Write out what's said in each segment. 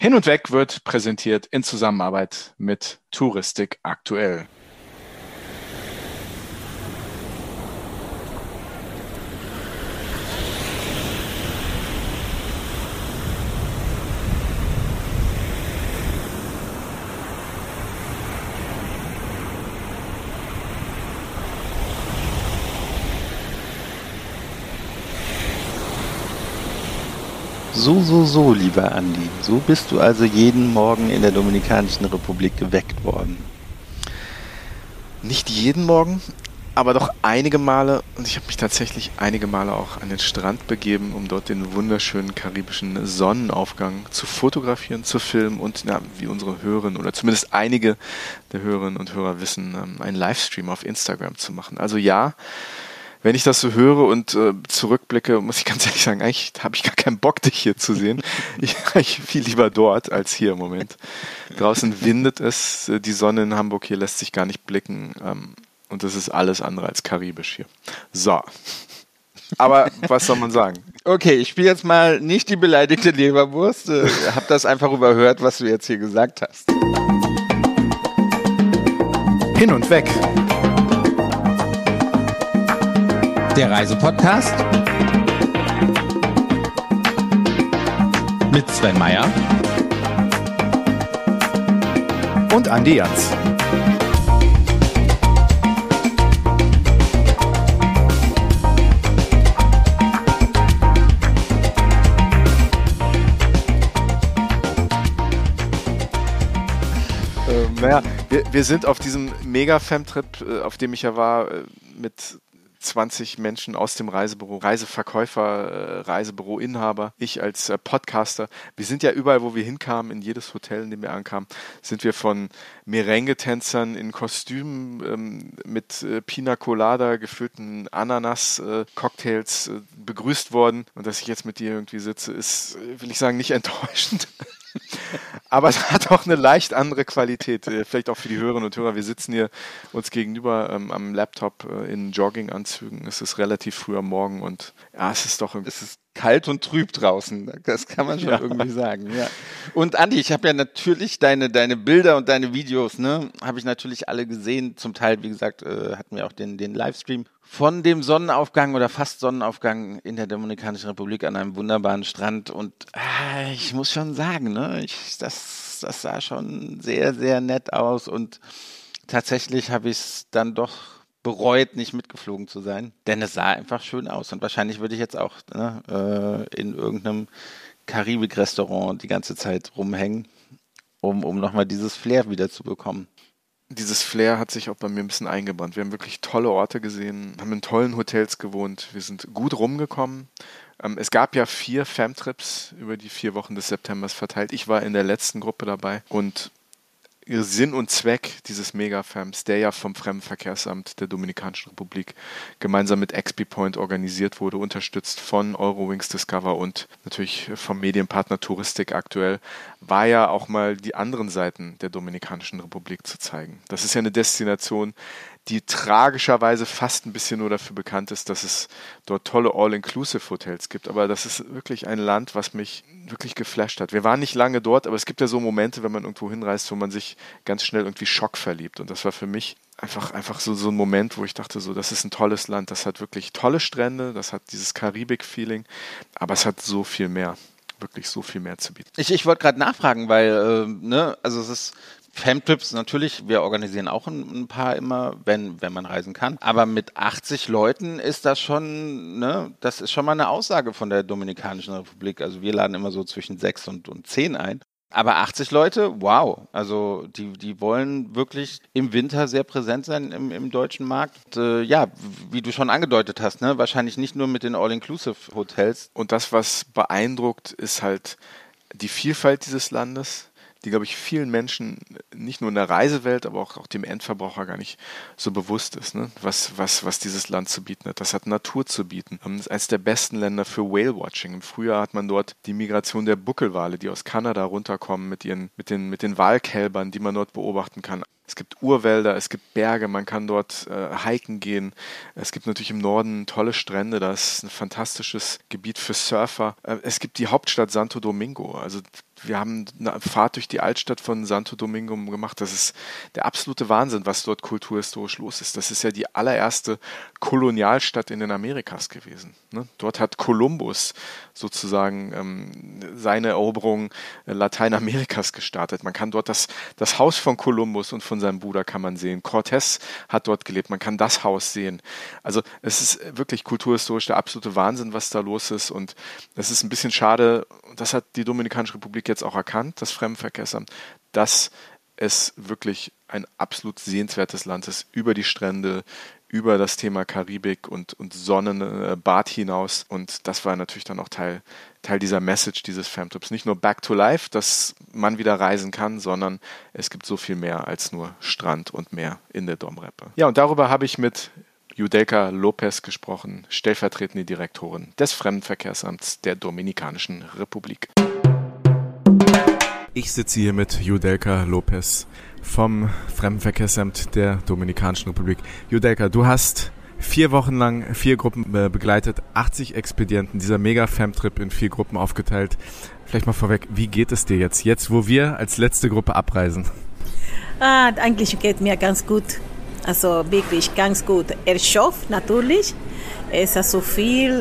Hin und Weg wird präsentiert in Zusammenarbeit mit Touristik aktuell. So, lieber Andi. So bist du also jeden Morgen in der Dominikanischen Republik geweckt worden. Nicht jeden Morgen, aber doch einige Male. Und ich habe mich tatsächlich einige Male auch an den Strand begeben, um dort den wunderschönen karibischen Sonnenaufgang zu fotografieren, zu filmen und, wie unsere Hörerinnen oder zumindest einige der Hörerinnen und Hörer wissen, einen Livestream auf Instagram zu machen. Also ja, wenn ich das so höre und zurückblicke, muss ich ganz ehrlich sagen, eigentlich habe ich gar keinen Bock, dich hier zu sehen. Ich viel lieber dort als hier im Moment. Draußen windet es, die Sonne in Hamburg hier lässt sich gar nicht blicken und das ist alles andere als karibisch hier. So, aber was soll man sagen? Okay, ich spiele jetzt mal nicht die beleidigte Leberwurst. Hab das einfach überhört, was du jetzt hier gesagt hast. Hin und Weg. Der Reisepodcast mit Sven Meyer Und Andi Jans. Wir sind auf diesem Mega-Fam-Trip, auf dem ich ja war, mit 20 Menschen aus dem Reisebüro, Reiseverkäufer, Reisebüroinhaber, ich als Podcaster. Wir sind ja überall, wo wir hinkamen, in jedes Hotel, in dem wir ankamen, sind wir von Merengue-Tänzern in Kostümen mit Pina Colada gefüllten Ananas-Cocktails begrüßt worden. Und dass ich jetzt mit dir irgendwie sitze, ist, will ich sagen, nicht enttäuschend. Aber es hat auch eine leicht andere Qualität, vielleicht auch für die Hörerinnen und Hörer. Wir sitzen hier uns gegenüber am Laptop in Jogginganzügen. Es ist relativ früh am Morgen und ja, es ist doch irgendwie... Es ist kalt und trüb draußen, das kann man schon irgendwie sagen. Ja. Und Andi, ich habe ja natürlich deine Bilder und deine Videos, habe ich natürlich alle gesehen. Zum Teil, wie gesagt, hatten wir auch den Livestream von dem Sonnenaufgang oder fast Sonnenaufgang in der Dominikanischen Republik an einem wunderbaren Strand. Und ich muss schon sagen, das sah schon sehr, sehr nett aus. Und tatsächlich habe ich es dann doch bereut, nicht mitgeflogen zu sein. Denn es sah einfach schön aus. Und wahrscheinlich würde ich jetzt auch in irgendeinem Karibik-Restaurant die ganze Zeit rumhängen, um nochmal dieses Flair wieder zu bekommen. Dieses Flair hat sich auch bei mir ein bisschen eingebrannt. Wir haben wirklich tolle Orte gesehen, haben in tollen Hotels gewohnt, wir sind gut rumgekommen. Es gab ja 4 Fam-Trips über die 4 Wochen des Septembers verteilt. Ich war in der letzten Gruppe dabei und Sinn und Zweck dieses Mega-Fams, der ja vom Fremdenverkehrsamt der Dominikanischen Republik gemeinsam mit XP Point organisiert wurde, unterstützt von Eurowings Discover und natürlich vom Medienpartner Touristik aktuell, war ja auch mal die anderen Seiten der Dominikanischen Republik zu zeigen. Das ist ja eine Destination, die tragischerweise fast ein bisschen nur dafür bekannt ist, dass es dort tolle All-Inclusive-Hotels gibt. Aber das ist wirklich ein Land, was mich wirklich geflasht hat. Wir waren nicht lange dort, aber es gibt ja so Momente, wenn man irgendwo hinreist, wo man sich ganz schnell irgendwie schockverliebt. Und das war für mich einfach so ein Moment, wo ich dachte, so, das ist ein tolles Land. Das hat wirklich tolle Strände, das hat dieses Karibik-Feeling, aber es hat so viel mehr. Wirklich so viel mehr zu bieten. Ich wollte gerade nachfragen, weil, also es ist Fam-Trips natürlich, wir organisieren auch ein paar immer, wenn man reisen kann. Aber mit 80 Leuten ist das schon, das ist schon mal eine Aussage von der Dominikanischen Republik. Also wir laden immer so zwischen 6 und 10 ein. Aber 80 Leute, wow. Also die wollen wirklich im Winter sehr präsent sein im deutschen Markt. Und, wie du schon angedeutet hast, wahrscheinlich nicht nur mit den All-Inclusive-Hotels. Und das, was beeindruckt, ist halt die Vielfalt dieses Landes, die, glaube ich, vielen Menschen, nicht nur in der Reisewelt, aber auch dem Endverbraucher gar nicht so bewusst ist, was dieses Land zu bieten hat. Das hat Natur zu bieten. Das ist eines der besten Länder für Whale-Watching. Im Frühjahr hat man dort die Migration der Buckelwale, die aus Kanada runterkommen mit den Walkälbern, die man dort beobachten kann. Es gibt Urwälder, es gibt Berge, man kann dort hiken gehen. Es gibt natürlich im Norden tolle Strände, da ist ein fantastisches Gebiet für Surfer. Es gibt die Hauptstadt Santo Domingo, also Wir haben eine Fahrt durch die Altstadt von Santo Domingo gemacht. Das ist der absolute Wahnsinn, was dort kulturhistorisch los ist. Das ist ja die allererste Kolonialstadt in den Amerikas gewesen. Ne? Dort hat Kolumbus sozusagen seine Eroberung Lateinamerikas gestartet. Man kann dort das Haus von Kolumbus und von seinem Bruder kann man sehen. Cortés hat dort gelebt. Man kann das Haus sehen. Also es ist wirklich kulturhistorisch der absolute Wahnsinn, was da los ist. Und es ist ein bisschen schade, das hat die Dominikanische Republik jetzt auch erkannt, das Fremdenverkehrsamt, dass es wirklich ein absolut sehenswertes Land ist, über die Strände, über das Thema Karibik und Sonnenbad hinaus. Und das war natürlich dann auch Teil dieser Message dieses Femtrips. Nicht nur Back to Life, dass man wieder reisen kann, sondern es gibt so viel mehr als nur Strand und Meer in der Domrep. Ja, und darüber habe ich mit Yudelka Lopez gesprochen, stellvertretende Direktorin des Fremdenverkehrsamts der Dominikanischen Republik. Ich sitze hier mit Yudelka Lopez vom Fremdenverkehrsamt der Dominikanischen Republik. Yudelka, du hast 4 Wochen lang 4 Gruppen begleitet, 80 Expedienten, dieser Mega-Femtrip in 4 Gruppen aufgeteilt. Vielleicht mal vorweg, wie geht es dir jetzt wo wir als letzte Gruppe abreisen? Eigentlich geht mir ganz gut. Also wirklich ganz gut. Erschöpft natürlich. Es ist so viel.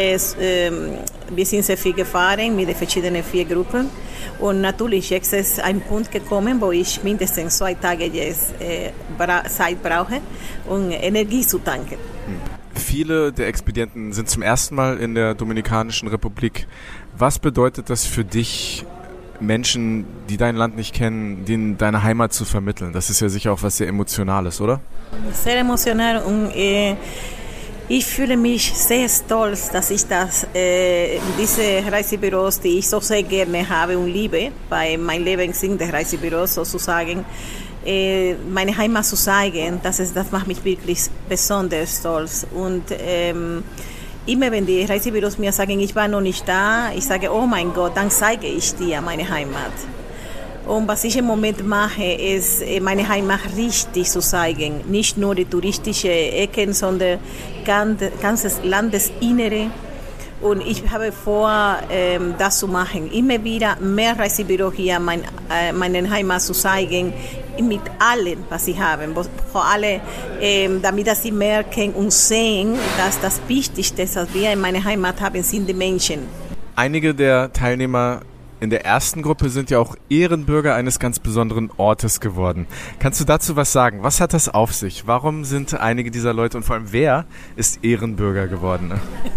Wir sind sehr viel gefahren mit den verschiedenen 4 Gruppen. Und natürlich jetzt ist ein Punkt gekommen, wo ich mindestens 2 Tage jetzt Zeit brauche, um Energie zu tanken. Viele der Expedienten sind zum ersten Mal in der Dominikanischen Republik. Was bedeutet das für dich, Menschen, die dein Land nicht kennen, denen deine Heimat zu vermitteln? Das ist ja sicher auch was sehr Emotionales, oder? Sehr emotional und ich fühle mich sehr stolz, dass ich diese Reisebüros, die ich so sehr gerne habe und liebe, bei meinem Leben sind die Reisebüros sozusagen, meine Heimat zu zeigen, das macht mich wirklich besonders stolz. Und immer wenn die Reisebüros mir sagen, ich war noch nicht da, ich sage, oh mein Gott, dann zeige ich dir meine Heimat. Und was ich im Moment mache, ist, meine Heimat richtig zu zeigen. Nicht nur die touristischen Ecken, sondern ganzes Landesinnere. Und ich habe vor, das zu machen. Immer wieder mehr Reisebüros hier, meine Heimat zu zeigen, mit allem, was sie haben. Vor allem, damit sie merken und sehen, dass das Wichtigste, was wir in meiner Heimat haben, sind die Menschen. Einige der Teilnehmer in der ersten Gruppe sind ja auch Ehrenbürger eines ganz besonderen Ortes geworden. Kannst du dazu was sagen? Was hat das auf sich? Warum sind einige dieser Leute und vor allem wer ist Ehrenbürger geworden?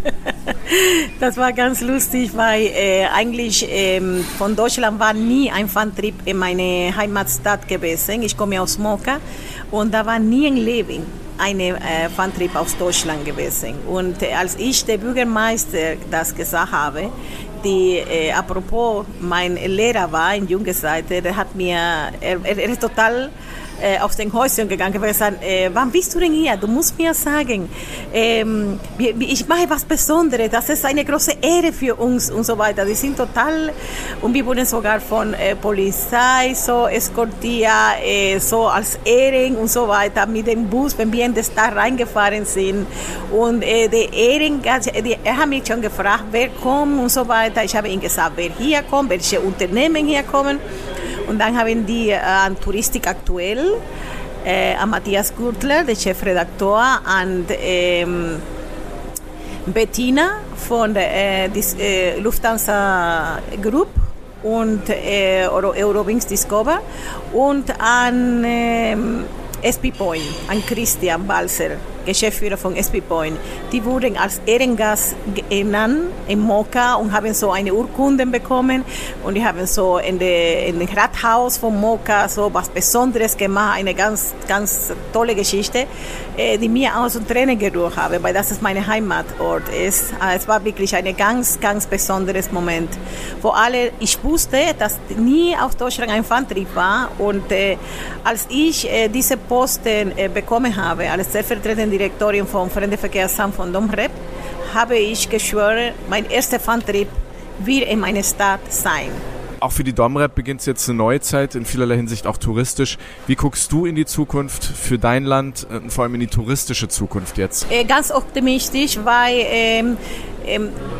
Das war ganz lustig, weil eigentlich von Deutschland war nie ein Fun-Trip in meine Heimatstadt gewesen. Ich komme aus Moca und da war nie ein Leben eine Fun-Trip aus Deutschland gewesen. Und als ich der Bürgermeister das gesagt habe, apropos mein Lehrer war in junger Seite, er ist total aus den Häuschen gegangen und gesagt, wann bist du denn hier? Du musst mir sagen, ich mache was Besonderes, das ist eine große Ehre für uns und so weiter. Die sind total, und wir wurden sogar von Polizei so eskortiert, so als Ehren und so weiter mit dem Bus, wenn wir in die Stadt reingefahren sind. Und die Ehren, er hat mich schon gefragt, wer kommt und so weiter. Ich habe ihm gesagt, wer hier kommt, welche Unternehmen hier kommen. Und dann haben die an Touristik aktuell, an Matthias Gürtler, der Chefredakteur, an Bettina von der Lufthansa Group und Eurowings Discover und an SP Point, an Christian Balzer, Geschäftsführer von SP Point. Die wurden als Ehrengast genannt in Moca und haben so eine Urkunde bekommen und die haben so in dem Rathaus von Moca so was Besonderes gemacht, eine ganz, ganz tolle Geschichte, die mir auch so Tränen gerührt habe, weil das ist mein Heimatort ist. Es war wirklich ein ganz, ganz besonderes Moment. Vor allem, ich wusste, dass nie aus Deutschland ein Fun-Trip war und als ich diese Posten bekommen habe, als stellvertretende Direktorin vom Fremdenverkehrsamt von Domrep, habe ich geschworen, mein erster Fun-Trip wird in meiner Stadt sein. Auch für die Domrep beginnt jetzt eine neue Zeit, in vielerlei Hinsicht auch touristisch. Wie guckst du in die Zukunft für dein Land, vor allem in die touristische Zukunft jetzt? Ganz optimistisch, weil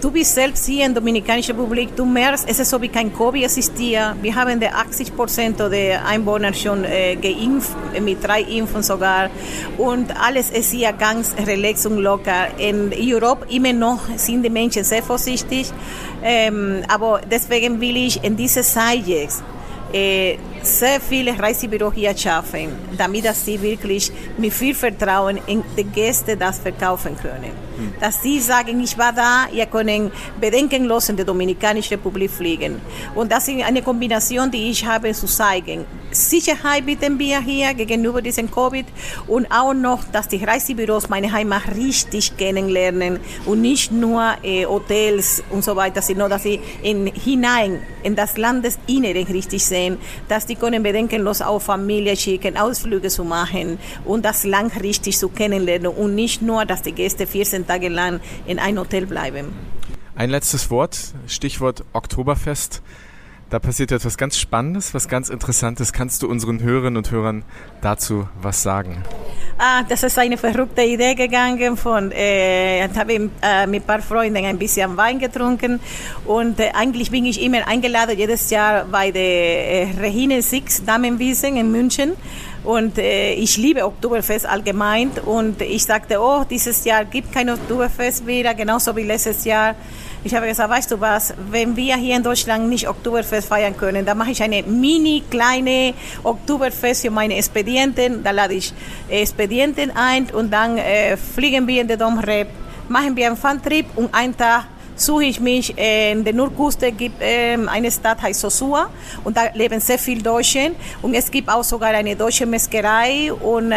du bist selbst hier in der Dominikanischen Republik, du merkst, es ist so wie kein Covid existiert. Wir haben 80% der Einwohner schon geimpft, mit 3 Impfen sogar. Und alles ist hier ganz relax und locker. In Europa immer noch sind die Menschen sehr vorsichtig. Aber deswegen will ich in dieser Zeit jetzt sehr viele Reisebüros hier schaffen, damit dass sie wirklich mit viel Vertrauen in die Gäste das verkaufen können. Dass sie sagen, ich war da, ihr könnt bedenkenlos in die Dominikanische Republik fliegen. Und das ist eine Kombination, die ich habe zu zeigen. Sicherheit bieten wir hier gegenüber diesem Covid und auch noch, dass die Reisebüros meine Heimat richtig kennenlernen und nicht nur Hotels und so weiter, sondern dass sie hinein in das Landesinnere richtig sehen, dass die können bedenkenlos auch Familie schicken, Ausflüge zu machen und das Land richtig zu kennenlernen und nicht nur, dass die Gäste 14 Tage lang in einem Hotel bleiben. Ein letztes Wort, Stichwort Oktoberfest. Da passiert etwas ganz Spannendes, was ganz Interessantes. Kannst du unseren Hörerinnen und Hörern dazu was sagen? Das ist eine verrückte Idee gegangen. Ich habe mit ein paar Freunden ein bisschen Wein getrunken und eigentlich bin ich immer eingeladen, jedes Jahr bei der Regine Six Damenwiesen in München. Und ich liebe Oktoberfest allgemein und ich sagte, dieses Jahr gibt kein Oktoberfest wieder, genauso wie letztes Jahr. Ich habe gesagt, weißt du was, wenn wir hier in Deutschland nicht Oktoberfest feiern können, dann mache ich eine kleine Oktoberfest für meine Expedienten. Da lade ich Expedienten ein und dann fliegen wir in den Domrep, machen wir einen Fun-Trip und einen Tag suche ich mich in der Nordküste, gibt eine Stadt, heißt Sosua, und da leben sehr viele Deutsche und es gibt auch sogar eine deutsche Metzgerei und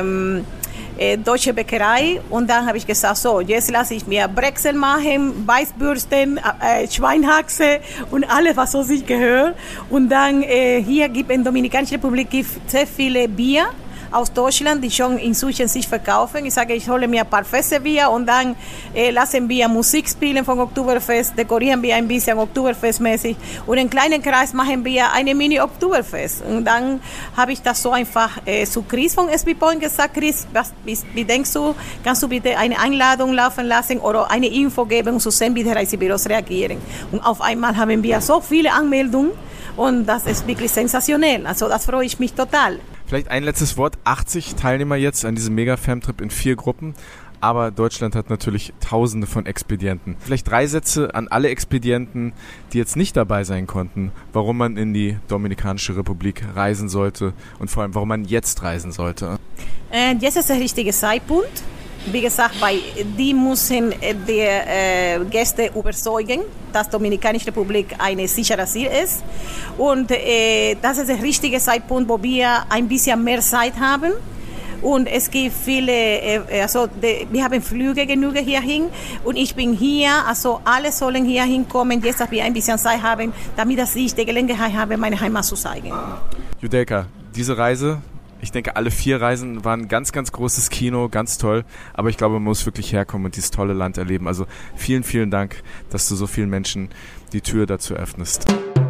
deutsche Bäckerei und dann habe ich gesagt, so, jetzt lasse ich mir Brezel machen, Weißbürsten, Schweinhaxe und alles, was so sich gehört. Und dann hier gibt in der Dominikanischen Republik sehr viele Bier aus Deutschland, die schon inzwischen sich verkaufen. Ich sage, ich hole mir ein paar Fässer Bier und dann lassen wir Musik spielen vom Oktoberfest, dekorieren wir ein bisschen Oktoberfestmäßig und in kleinen Kreis machen wir eine Mini-Oktoberfest. Und dann habe ich das so einfach zu Chris von SB Point gesagt, Chris, wie denkst du, kannst du bitte eine Einladung laufen lassen oder eine Info geben, um zu sehen, wie die Reisebüros reagieren. Und auf einmal haben wir so viele Anmeldungen und das ist wirklich sensationell. Also das freue ich mich total. Vielleicht ein letztes Wort. 80 Teilnehmer jetzt an diesem Mega-Fam-Trip in 4 Gruppen. Aber Deutschland hat natürlich Tausende von Expedienten. Vielleicht 3 Sätze an alle Expedienten, die jetzt nicht dabei sein konnten, warum man in die Dominikanische Republik reisen sollte und vor allem, warum man jetzt reisen sollte. Jetzt ist der richtige Zeitpunkt. Wie gesagt, weil die müssen die Gäste überzeugen, dass die Dominikanische Republik eine sichere Ziel ist. Und das ist der richtige Zeitpunkt, wo wir ein bisschen mehr Zeit haben. Und es gibt viele, wir haben Flüge genug hierhin und ich bin hier, also alle sollen hier hinkommen, jetzt, dass wir ein bisschen Zeit haben, damit ich die Gelegenheit habe, meine Heimat zu zeigen. Judejka, diese Reise, ich denke, alle 4 Reisen waren ein ganz, ganz großes Kino, ganz toll. Aber ich glaube, man muss wirklich herkommen und dieses tolle Land erleben. Also vielen, vielen Dank, dass du so vielen Menschen die Tür dazu öffnest.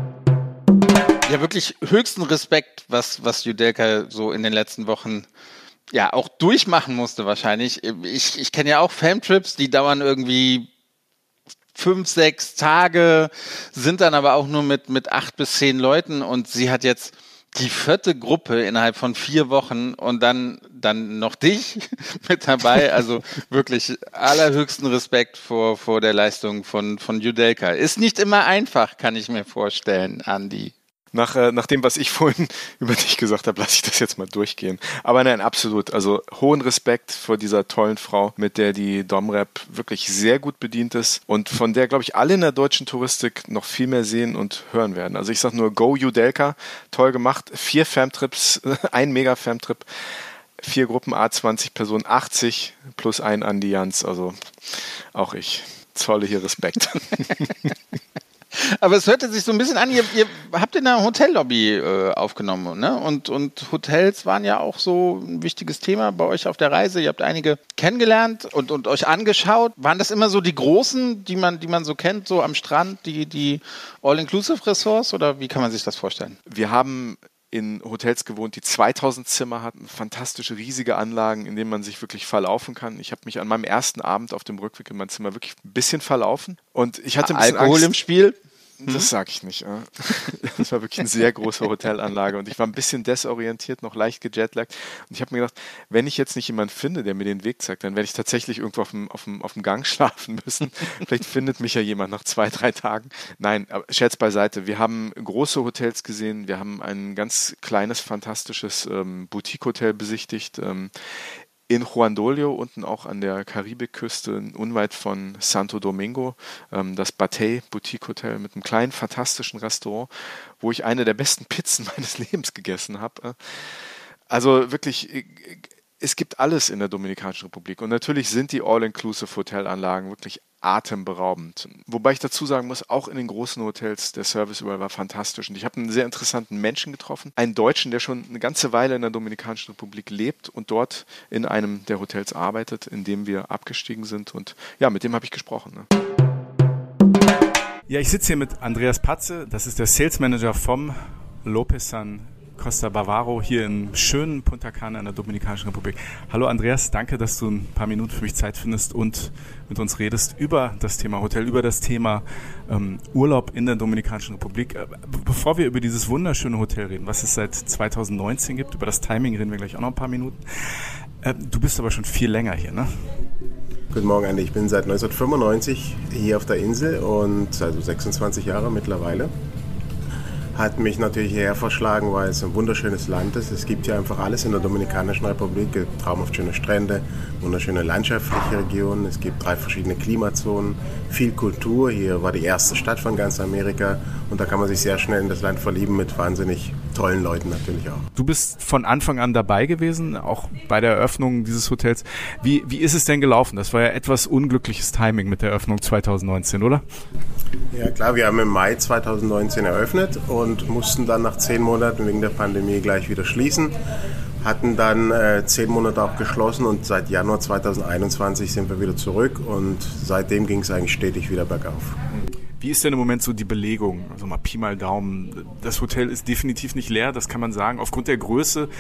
Ja, wirklich höchsten Respekt, was Judejka so in den letzten Wochen ja auch durchmachen musste wahrscheinlich. Ich kenne ja auch Famtrips, die dauern irgendwie 5, 6 Tage, sind dann aber auch nur mit 8 bis 10 Leuten und sie hat jetzt die 4. Gruppe innerhalb von 4 Wochen und dann noch dich mit dabei. Also wirklich allerhöchsten Respekt vor der Leistung von Judejka. Ist nicht immer einfach, kann ich mir vorstellen, Andi. Nach dem, was ich vorhin über dich gesagt habe, lasse ich das jetzt mal durchgehen. Aber nein, absolut. Also hohen Respekt vor dieser tollen Frau, mit der die Domrep wirklich sehr gut bedient ist und von der, glaube ich, alle in der deutschen Touristik noch viel mehr sehen und hören werden. Also ich sage nur, go Judejka, toll gemacht. 4 Famtrips, ein Mega-Famtrip, 4 Gruppen, A20 Personen, 80 plus ein Andi Jans. Also auch ich zolle hier Respekt. Aber es hörte sich so ein bisschen an, ihr habt in der Hotellobby aufgenommen, ne? Und Hotels waren ja auch so ein wichtiges Thema bei euch auf der Reise. Ihr habt einige kennengelernt und euch angeschaut. Waren das immer so die großen, die man so kennt, so am Strand, die All-Inclusive-Ressorts oder wie kann man sich das vorstellen? Wir haben in Hotels gewohnt, die 2000 Zimmer hatten, fantastische, riesige Anlagen, in denen man sich wirklich verlaufen kann. Ich habe mich an meinem ersten Abend auf dem Rückweg in mein Zimmer wirklich ein bisschen verlaufen und ich hatte ein bisschen Alkohol Angst. im Spiel? Das sage ich nicht. Das war wirklich eine sehr große Hotelanlage und ich war ein bisschen desorientiert, noch leicht gejetlaggt. Und ich habe mir gedacht, wenn ich jetzt nicht jemanden finde, der mir den Weg zeigt, dann werde ich tatsächlich irgendwo auf dem Gang schlafen müssen. Vielleicht findet mich ja jemand nach 2-3 Tagen. Nein, aber Scherz beiseite. Wir haben große Hotels gesehen. Wir haben ein ganz kleines, fantastisches Boutique-Hotel besichtigt. In Juan Dolio, unten auch an der Karibikküste, unweit von Santo Domingo, das Batey Boutique Hotel mit einem kleinen, fantastischen Restaurant, wo ich eine der besten Pizzen meines Lebens gegessen habe. Also wirklich, es gibt alles in der Dominikanischen Republik und natürlich sind die All-Inclusive Hotelanlagen wirklich atemberaubend. Wobei ich dazu sagen muss, auch in den großen Hotels, der Service überall war fantastisch. Und ich habe einen sehr interessanten Menschen getroffen, einen Deutschen, der schon eine ganze Weile in der Dominikanischen Republik lebt und dort in einem der Hotels arbeitet, in dem wir abgestiegen sind. Und ja, mit dem habe ich gesprochen. Ne? Ja, ich sitze hier mit Andreas Patze, das ist der Sales Manager vom Lopesan Costa Bavaro hier im schönen Punta Cana in der Dominikanischen Republik. Hallo Andreas, danke, dass du ein paar Minuten für mich Zeit findest und mit uns redest über das Thema Hotel, über das Thema Urlaub in der Dominikanischen Republik. Bevor wir über dieses wunderschöne Hotel reden, was es seit 2019 gibt, über das Timing reden wir gleich auch noch ein paar Minuten. Du bist aber schon viel länger hier, ne? Guten Morgen, Andi. Ich bin seit 1995 hier auf der Insel und also 26 Jahre mittlerweile. Hat mich natürlich hierher verschlagen, weil es ein wunderschönes Land ist. Es gibt hier einfach alles in der Dominikanischen Republik. Traumhaft schöne Strände, wunderschöne landschaftliche Regionen. Es gibt 3 verschiedene Klimazonen, viel Kultur. Hier war die erste Stadt von ganz Amerika und da kann man sich sehr schnell in das Land verlieben mit wahnsinnig tollen Leuten natürlich auch. Du bist von Anfang an dabei gewesen, auch bei der Eröffnung dieses Hotels. Wie ist es denn gelaufen? Das war ja etwas unglückliches Timing mit der Eröffnung 2019, oder? Ja klar, wir haben im Mai 2019 eröffnet und mussten dann nach 10 Monaten wegen der Pandemie gleich wieder schließen. Hatten dann 10 Monate auch geschlossen und seit Januar 2021 sind wir wieder zurück und seitdem ging es eigentlich stetig wieder bergauf. Wie ist denn im Moment so die Belegung? Also mal Pi mal Daumen. Das Hotel ist definitiv nicht leer, das kann man sagen. Aufgrund der Größe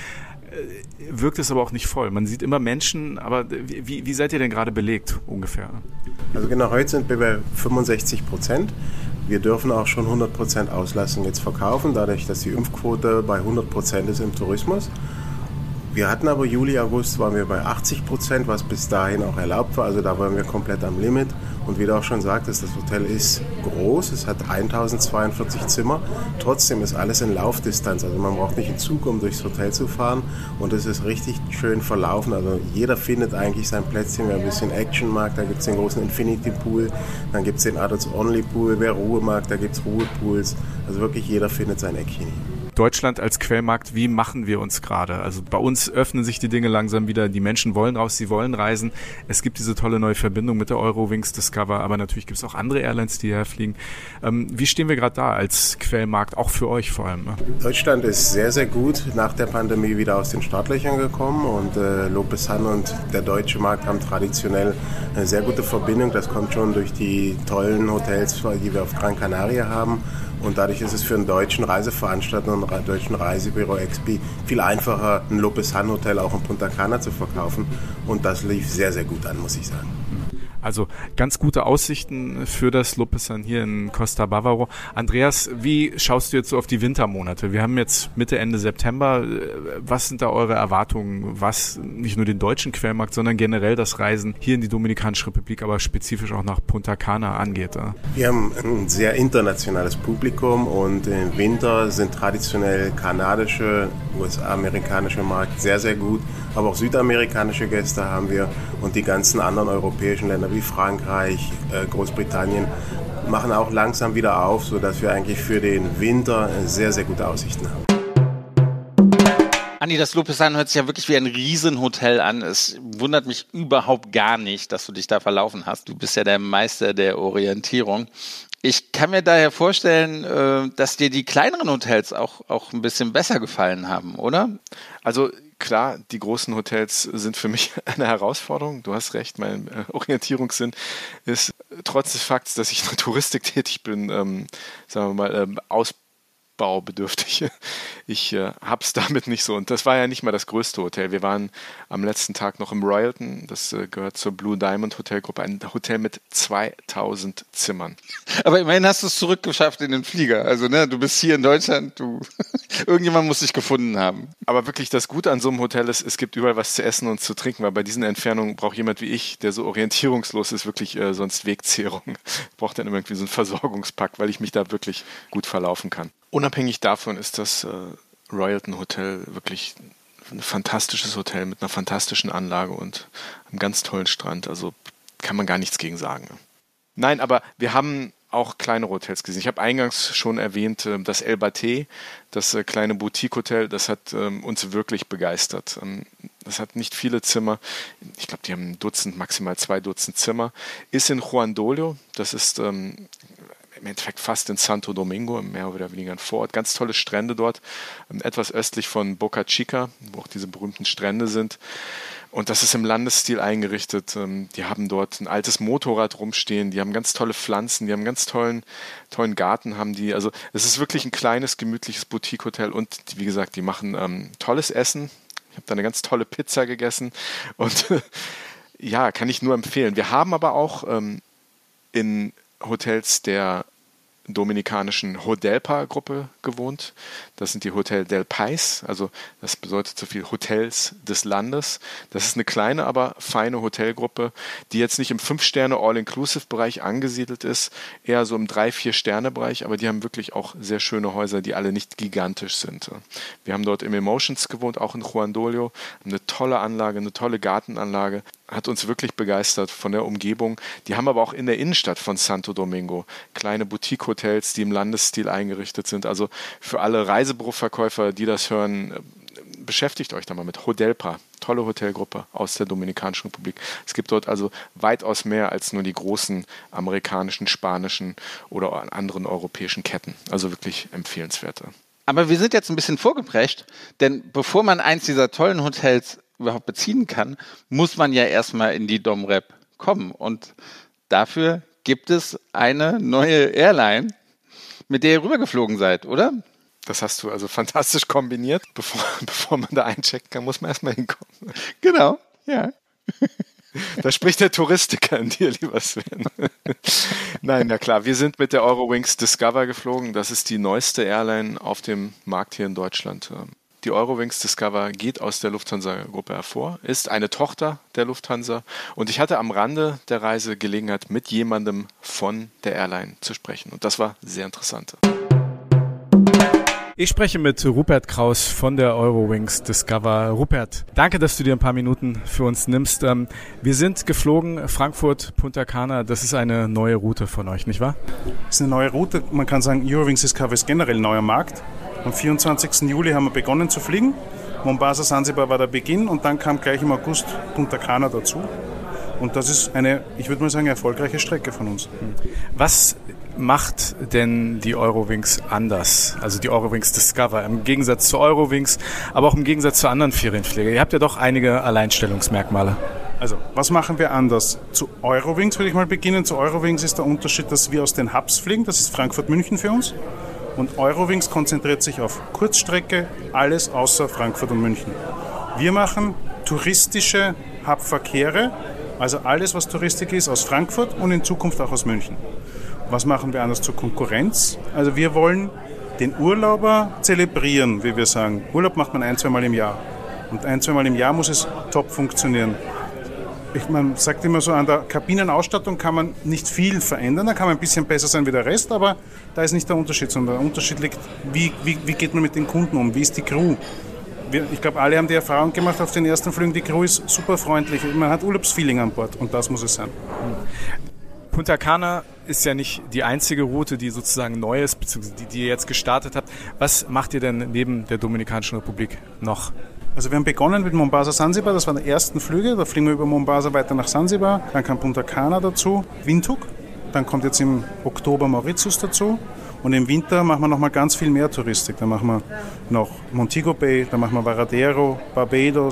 wirkt es aber auch nicht voll. Man sieht immer Menschen, aber wie seid ihr denn gerade belegt ungefähr? Also genau, heute sind wir bei 65%. Wir dürfen auch schon 100% Auslastung jetzt verkaufen, dadurch, dass die Impfquote bei 100% ist im Tourismus. Wir hatten aber Juli, August waren wir bei 80%, was bis dahin auch erlaubt war. Also da waren wir komplett am Limit. Und wie du auch schon sagtest, das Hotel ist groß, es hat 1042 Zimmer. Trotzdem ist alles in Laufdistanz. Also man braucht nicht einen Zug, um durchs Hotel zu fahren. Und es ist richtig schön verlaufen. Also jeder findet eigentlich sein Plätzchen. Wer ein bisschen Action mag, da gibt es den großen Infinity Pool. Dann gibt es den Adults Only Pool. Wer Ruhe mag, da gibt es Ruhepools. Also wirklich jeder findet sein Eckchen hier. Deutschland als Quellmarkt, wie machen wir uns gerade? Also bei uns öffnen sich die Dinge langsam wieder, die Menschen wollen raus, sie wollen reisen. Es gibt diese tolle neue Verbindung mit der Eurowings Discover, aber natürlich gibt es auch andere Airlines, die hierher fliegen. Wie stehen wir gerade da als Quellmarkt, auch für euch vor allem? Deutschland ist sehr, sehr gut nach der Pandemie wieder aus den Startlöchern gekommen und Lopesan und der deutsche Markt haben traditionell eine sehr gute Verbindung. Das kommt schon durch die tollen Hotels, die wir auf Gran Canaria haben. Und dadurch ist es für einen deutschen Reiseveranstalter und einen deutschen Reisebüro XP viel einfacher, ein Lopesan Hotel auch in Punta Cana zu verkaufen. Und das lief sehr, sehr gut an, muss ich sagen. Also ganz gute Aussichten für das Lopesan hier in Costa Bavaro. Andreas, wie schaust du jetzt so auf die Wintermonate? Wir haben jetzt Mitte, Ende September. Was sind da eure Erwartungen, was nicht nur den deutschen Quellmarkt, sondern generell das Reisen hier in die Dominikanische Republik, aber spezifisch auch nach Punta Cana angeht? Wir haben ein sehr internationales Publikum und im Winter sind traditionell kanadische, US-amerikanische Markt sehr, sehr gut. Aber auch südamerikanische Gäste haben wir und die ganzen anderen europäischen Länder wie Frankreich, Großbritannien machen auch langsam wieder auf, sodass wir eigentlich für den Winter sehr, sehr gute Aussichten haben. Andi, das Lopesan hört sich ja wirklich wie ein Riesenhotel an. Es wundert mich überhaupt gar nicht, dass du dich da verlaufen hast. Du bist ja der Meister der Orientierung. Ich kann mir daher vorstellen, dass dir die kleineren Hotels auch ein bisschen besser gefallen haben, oder? Also klar, die großen Hotels sind für mich eine Herausforderung. Du hast recht, mein Orientierungssinn ist trotz des Fakts, dass ich in der Touristik tätig bin, sagen wir mal, ausbaubedürftig. Ich hab's damit nicht so. Und das war ja nicht mal das größte Hotel. Wir waren am letzten Tag noch im Royalton. Das gehört zur Blue Diamond Hotelgruppe. Ein Hotel mit 2000 Zimmern. Aber immerhin hast du es zurückgeschafft in den Flieger. Also ne, du bist hier in Deutschland, irgendjemand muss dich gefunden haben. Aber wirklich das Gute an so einem Hotel ist, es gibt überall was zu essen und zu trinken, weil bei diesen Entfernungen braucht jemand wie ich, der so orientierungslos ist, wirklich sonst Wegzehrung. Braucht dann irgendwie so einen Versorgungspakt, weil ich mich da wirklich gut verlaufen kann. Unabhängig davon ist das Royalton Hotel wirklich ein fantastisches Hotel mit einer fantastischen Anlage und einem ganz tollen Strand. Also kann man gar nichts gegen sagen. Nein, aber wir haben auch kleinere Hotels gesehen. Ich habe eingangs schon erwähnt, das El Batey, das kleine Boutique-Hotel, das hat uns wirklich begeistert. Das hat nicht viele Zimmer. Ich glaube, die haben ein Dutzend, maximal 2 Dutzend Zimmer. Ist in Huandolio, das ist im Endeffekt fast in Santo Domingo, mehr oder weniger ein Vorort. Ganz tolle Strände dort, etwas östlich von Boca Chica, wo auch diese berühmten Strände sind. Und das ist im Landesstil eingerichtet. Die haben dort ein altes Motorrad rumstehen, die haben ganz tolle Pflanzen, die haben einen ganz tollen Garten haben die. Also es ist wirklich ein kleines, gemütliches Boutique-Hotel und wie gesagt, die machen tolles Essen. Ich habe da eine ganz tolle Pizza gegessen und ja, kann ich nur empfehlen. Wir haben aber auch in Hotels der dominikanischen Hodelpa-Gruppe gewohnt. Das sind die Hotel del País, also das bedeutet so viel Hotels des Landes. Das ist eine kleine, aber feine Hotelgruppe, die jetzt nicht im 5-Sterne-All-Inclusive-Bereich angesiedelt ist, eher so im 3-4-Sterne-Bereich, aber die haben wirklich auch sehr schöne Häuser, die alle nicht gigantisch sind. Wir haben dort im Emotions gewohnt, auch in Huandolio, eine tolle Anlage, eine tolle Gartenanlage, hat uns wirklich begeistert von der Umgebung. Die haben aber auch in der Innenstadt von Santo Domingo kleine Boutique-Hotels, die im Landesstil eingerichtet sind. Also für alle Reisebüroverkäufer, die das hören, beschäftigt euch da mal mit Hodelpa. Tolle Hotelgruppe aus der Dominikanischen Republik. Es gibt dort also weitaus mehr als nur die großen amerikanischen, spanischen oder anderen europäischen Ketten. Also wirklich empfehlenswerte. Aber wir sind jetzt ein bisschen vorgeprescht, denn bevor man eins dieser tollen Hotels überhaupt beziehen kann, muss man ja erstmal in die Domrep kommen. Und dafür gibt es eine neue Airline, mit der ihr rübergeflogen seid, oder? Das hast du also fantastisch kombiniert. Bevor man da einchecken kann, muss man erstmal hinkommen. Genau, ja. Da spricht der Touristiker in dir, lieber Sven. Nein, na klar, wir sind mit der Eurowings Discover geflogen. Das ist die neueste Airline auf dem Markt hier in Deutschland. Die Eurowings Discover geht aus der Lufthansa-Gruppe hervor, ist eine Tochter der Lufthansa und ich hatte am Rande der Reise Gelegenheit, mit jemandem von der Airline zu sprechen und das war sehr interessant. Ich spreche mit Rupert Kraus von der Eurowings Discover. Rupert, danke, dass du dir ein paar Minuten für uns nimmst. Wir sind geflogen, Frankfurt, Punta Cana, das ist eine neue Route von euch, nicht wahr? Das ist eine neue Route, man kann sagen, Eurowings Discover ist generell ein neuer Markt. Am 24. Juli haben wir begonnen zu fliegen. Mombasa, Sansibar war der Beginn und dann kam gleich im August Punta Cana dazu. Und das ist eine, ich würde mal sagen, erfolgreiche Strecke von uns. Was macht denn die Eurowings anders? Also die Eurowings Discover im Gegensatz zu Eurowings, aber auch im Gegensatz zu anderen Ferienpfleger. Ihr habt ja doch einige Alleinstellungsmerkmale. Also, was machen wir anders? Zu Eurowings würde ich mal beginnen. Zu Eurowings ist der Unterschied, dass wir aus den Hubs fliegen. Das ist Frankfurt-München für uns. Und Eurowings konzentriert sich auf Kurzstrecke, alles außer Frankfurt und München. Wir machen touristische Hubverkehre, also alles, was Touristik ist, aus Frankfurt und in Zukunft auch aus München. Was machen wir anders zur Konkurrenz? Also wir wollen den Urlauber zelebrieren, wie wir sagen. Urlaub macht man 1-2 Mal im Jahr. Und 1-2 Mal im Jahr muss es top funktionieren. Man sagt immer so, an der Kabinenausstattung kann man nicht viel verändern, da kann man ein bisschen besser sein wie der Rest, aber da ist nicht der Unterschied, sondern der Unterschied liegt, wie geht man mit den Kunden um, wie ist die Crew. Ich glaube, alle haben die Erfahrung gemacht auf den ersten Flügen, die Crew ist super freundlich, man hat Urlaubsfeeling an Bord und das muss es sein. Punta Cana ist ja nicht die einzige Route, die sozusagen neu ist, beziehungsweise die ihr jetzt gestartet habt. Was macht ihr denn neben der Dominikanischen Republik noch? Also wir haben begonnen mit Mombasa, Sansibar, das waren die ersten Flüge, da fliegen wir über Mombasa weiter nach Sansibar, dann kam Punta Cana dazu, Windhoek, dann kommt jetzt im Oktober Mauritius dazu und im Winter machen wir nochmal ganz viel mehr Touristik, dann machen wir noch Montego Bay, dann machen wir Varadero, Barbados,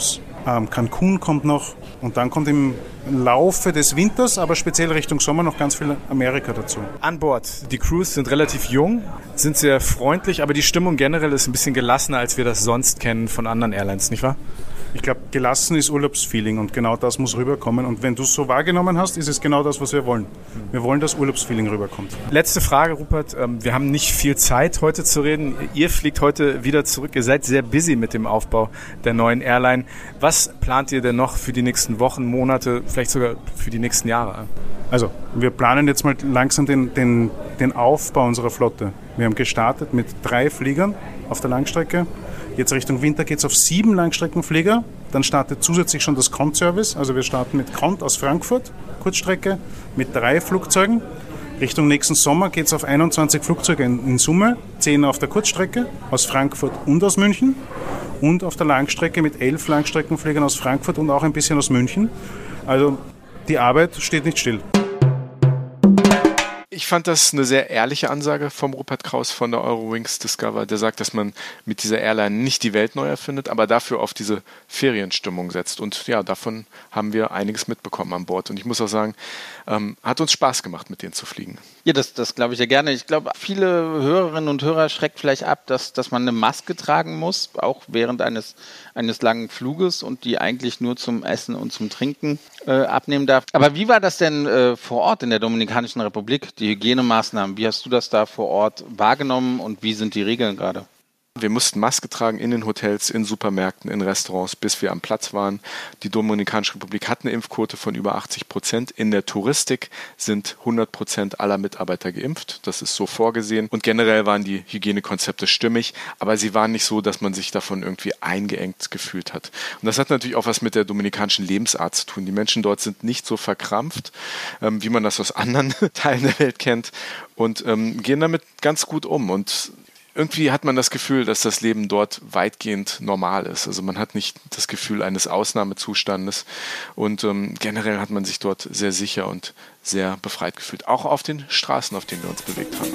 Cancun kommt noch und dann kommt im Laufe des Winters, aber speziell Richtung Sommer noch ganz viel Amerika dazu. An Bord. Die Crews sind relativ jung, sind sehr freundlich, aber die Stimmung generell ist ein bisschen gelassener, als wir das sonst kennen von anderen Airlines, nicht wahr? Ich glaube, gelassen ist Urlaubsfeeling und genau das muss rüberkommen. Und wenn du es so wahrgenommen hast, ist es genau das, was wir wollen. Wir wollen, dass Urlaubsfeeling rüberkommt. Letzte Frage, Rupert. Wir haben nicht viel Zeit, heute zu reden. Ihr fliegt heute wieder zurück. Ihr seid sehr busy mit dem Aufbau der neuen Airline. Was plant ihr denn noch für die nächsten Wochen, Monate, vielleicht sogar für die nächsten Jahre? Also, wir planen jetzt mal langsam den Aufbau unserer Flotte. Wir haben gestartet mit 3 Fliegern auf der Langstrecke. Jetzt Richtung Winter geht es auf 7 Langstreckenflieger. Dann startet zusätzlich schon das Cont-Service. Also wir starten mit Cont aus Frankfurt, Kurzstrecke, mit 3 Flugzeugen. Richtung nächsten Sommer geht es auf 21 Flugzeuge in Summe, 10 auf der Kurzstrecke aus Frankfurt und aus München. Und auf der Langstrecke mit 11 Langstreckenfliegern aus Frankfurt und auch ein bisschen aus München. Also die Arbeit steht nicht still. Ich fand das eine sehr ehrliche Ansage vom Rupert Kraus von der Eurowings Discover, der sagt, dass man mit dieser Airline nicht die Welt neu erfindet, aber dafür auf diese Ferienstimmung setzt. Und ja, davon haben wir einiges mitbekommen an Bord. Und ich muss auch sagen, hat uns Spaß gemacht, mit denen zu fliegen. Ja, das glaube ich ja gerne. Ich glaube, viele Hörerinnen und Hörer schreckt vielleicht ab, dass man eine Maske tragen muss, auch während eines langen Fluges und die eigentlich nur zum Essen und zum Trinken abnehmen darf. Aber wie war das denn vor Ort in der Dominikanischen Republik, die Hygienemaßnahmen? Wie hast du das da vor Ort wahrgenommen und wie sind die Regeln gerade? Wir mussten Maske tragen in den Hotels, in Supermärkten, in Restaurants, bis wir am Platz waren. Die Dominikanische Republik hat eine Impfquote von über 80%. In der Touristik sind 100% aller Mitarbeiter geimpft. Das ist so vorgesehen. Und generell waren die Hygienekonzepte stimmig, aber sie waren nicht so, dass man sich davon irgendwie eingeengt gefühlt hat. Und das hat natürlich auch was mit der dominikanischen Lebensart zu tun. Die Menschen dort sind nicht so verkrampft, wie man das aus anderen Teilen der Welt kennt, und gehen damit ganz gut um. Und irgendwie hat man das Gefühl, dass das Leben dort weitgehend normal ist. Also man hat nicht das Gefühl eines Ausnahmezustandes und generell hat man sich dort sehr sicher und sehr befreit gefühlt. Auch auf den Straßen, auf denen wir uns bewegt haben.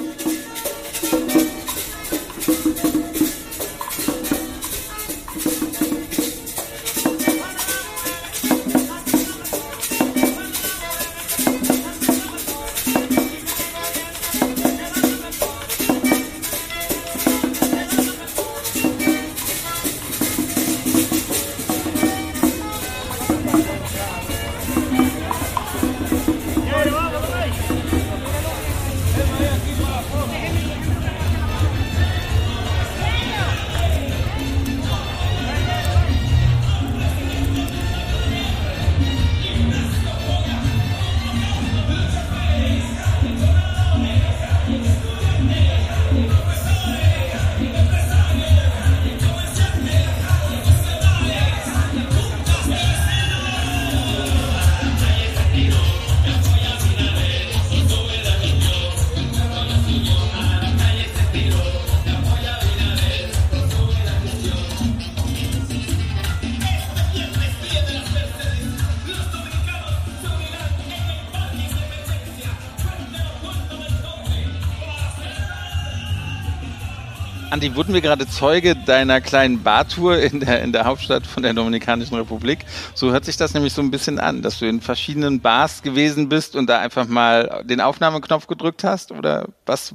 Andi, wurden wir gerade Zeuge deiner kleinen Bartour in der Hauptstadt von der Dominikanischen Republik? So hört sich das nämlich so ein bisschen an, dass du in verschiedenen Bars gewesen bist und da einfach mal den Aufnahmeknopf gedrückt hast? Oder was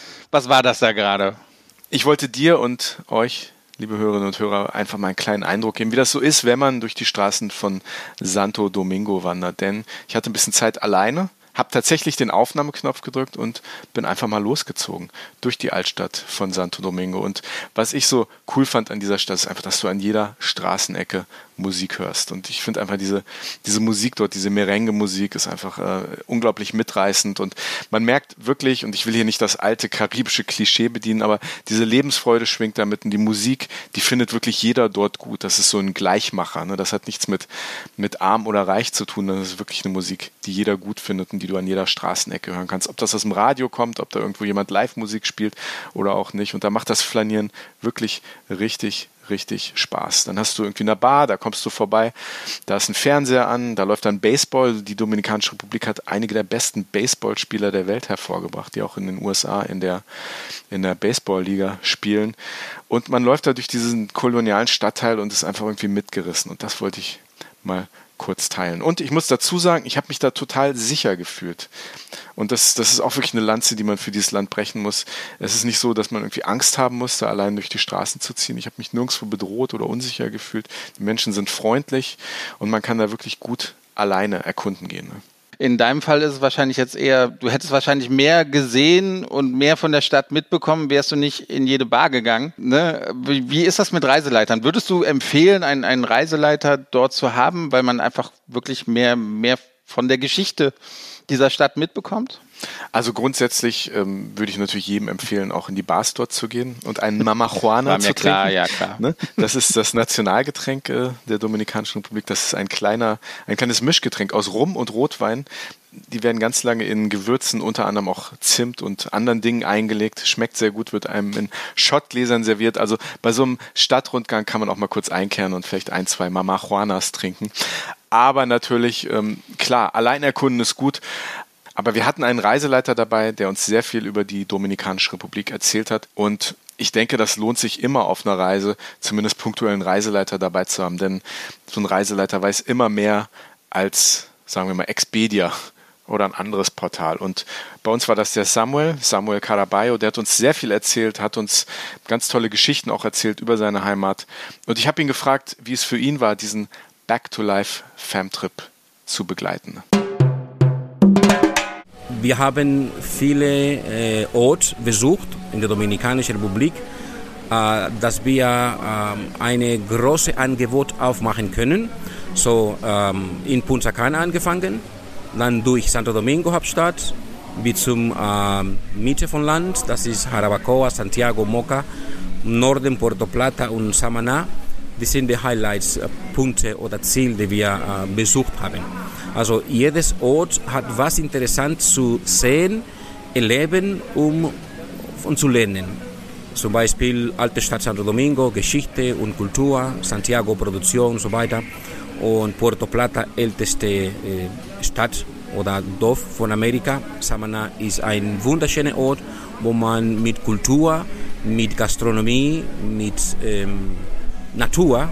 war das da gerade? Ich wollte dir und euch, liebe Hörerinnen und Hörer, einfach mal einen kleinen Eindruck geben, wie das so ist, wenn man durch die Straßen von Santo Domingo wandert. Denn ich hatte ein bisschen Zeit alleine, habe tatsächlich den Aufnahmeknopf gedrückt und bin einfach mal losgezogen durch die Altstadt von Santo Domingo. Und was ich so cool fand an dieser Stadt, ist einfach, dass du an jeder Straßenecke Musik hörst. Und ich finde einfach diese Musik dort, diese Merengue-Musik ist einfach unglaublich mitreißend. Und man merkt wirklich, und ich will hier nicht das alte karibische Klischee bedienen, aber diese Lebensfreude schwingt damit. Und die Musik, die findet wirklich jeder dort gut. Das ist so ein Gleichmacher. Ne? Das hat nichts mit arm oder reich zu tun. Das ist wirklich eine Musik, die jeder gut findet und die du an jeder Straßenecke hören kannst. Ob das aus dem Radio kommt, ob da irgendwo jemand Live-Musik spielt oder auch nicht. Und da macht das Flanieren wirklich richtig, richtig Spaß. Dann hast du irgendwie eine Bar, da kommst du vorbei, da ist ein Fernseher an, da läuft dann Baseball. Die Dominikanische Republik hat einige der besten Baseballspieler der Welt hervorgebracht, die auch in den USA in der Baseballliga spielen. Und man läuft da durch diesen kolonialen Stadtteil und ist einfach irgendwie mitgerissen. Und das wollte ich mal kurz teilen. Und ich muss dazu sagen, ich habe mich da total sicher gefühlt. Und das ist auch wirklich eine Lanze, die man für dieses Land brechen muss. Es ist nicht so, dass man irgendwie Angst haben muss, da allein durch die Straßen zu ziehen. Ich habe mich nirgendwo bedroht oder unsicher gefühlt. Die Menschen sind freundlich und man kann da wirklich gut alleine erkunden gehen. Ne? In deinem Fall ist es wahrscheinlich jetzt eher, du hättest wahrscheinlich mehr gesehen und mehr von der Stadt mitbekommen, wärst du nicht in jede Bar gegangen. Ne? Wie ist das mit Reiseleitern? Würdest du empfehlen, einen Reiseleiter dort zu haben, weil man einfach wirklich mehr von der Geschichte dieser Stadt mitbekommt? Also grundsätzlich würde ich natürlich jedem empfehlen, auch in die Bars dort zu gehen und einen Mama Juana zu trinken. Klar, ja klar. Ne? Das ist das Nationalgetränk der Dominikanischen Republik. Das ist ein kleines Mischgetränk aus Rum und Rotwein. Die werden ganz lange in Gewürzen, unter anderem auch Zimt und anderen Dingen eingelegt. Schmeckt sehr gut, wird einem in Schottgläsern serviert. Also bei so einem Stadtrundgang kann man auch mal kurz einkehren und vielleicht 1, 2 Mama Juanas trinken. Aber natürlich, klar, allein erkunden ist gut. Aber wir hatten einen Reiseleiter dabei, der uns sehr viel über die Dominikanische Republik erzählt hat. Und ich denke, das lohnt sich immer auf einer Reise, zumindest punktuell einen Reiseleiter dabei zu haben. Denn so ein Reiseleiter weiß immer mehr als, sagen wir mal, Expedia oder ein anderes Portal. Und bei uns war das der Samuel Caraballo, der hat uns sehr viel erzählt, hat uns ganz tolle Geschichten auch erzählt über seine Heimat. Und ich habe ihn gefragt, wie es für ihn war, diesen Back-to-Life-Fam-Trip zu begleiten. Wir haben viele Orte besucht in der Dominikanischen Republik, dass wir eine große Angebot aufmachen können. So in Punta Cana angefangen, dann durch Santo Domingo Hauptstadt, bis zum Mitte von Land, das ist Jarabacoa, Santiago, Moca, Norden Puerto Plata und Samaná. Das sind die Highlights, Punkte oder Ziele, die wir besucht haben. Also jedes Ort hat was Interessantes zu sehen, erleben und zu lernen. Zum Beispiel alte Stadt Santo Domingo, Geschichte und Kultur, Santiago, Produktion und so weiter. Und Puerto Plata, älteste Stadt oder Dorf von Amerika. Samaná ist ein wunderschöner Ort, wo man mit Kultur, mit Gastronomie, mit Natur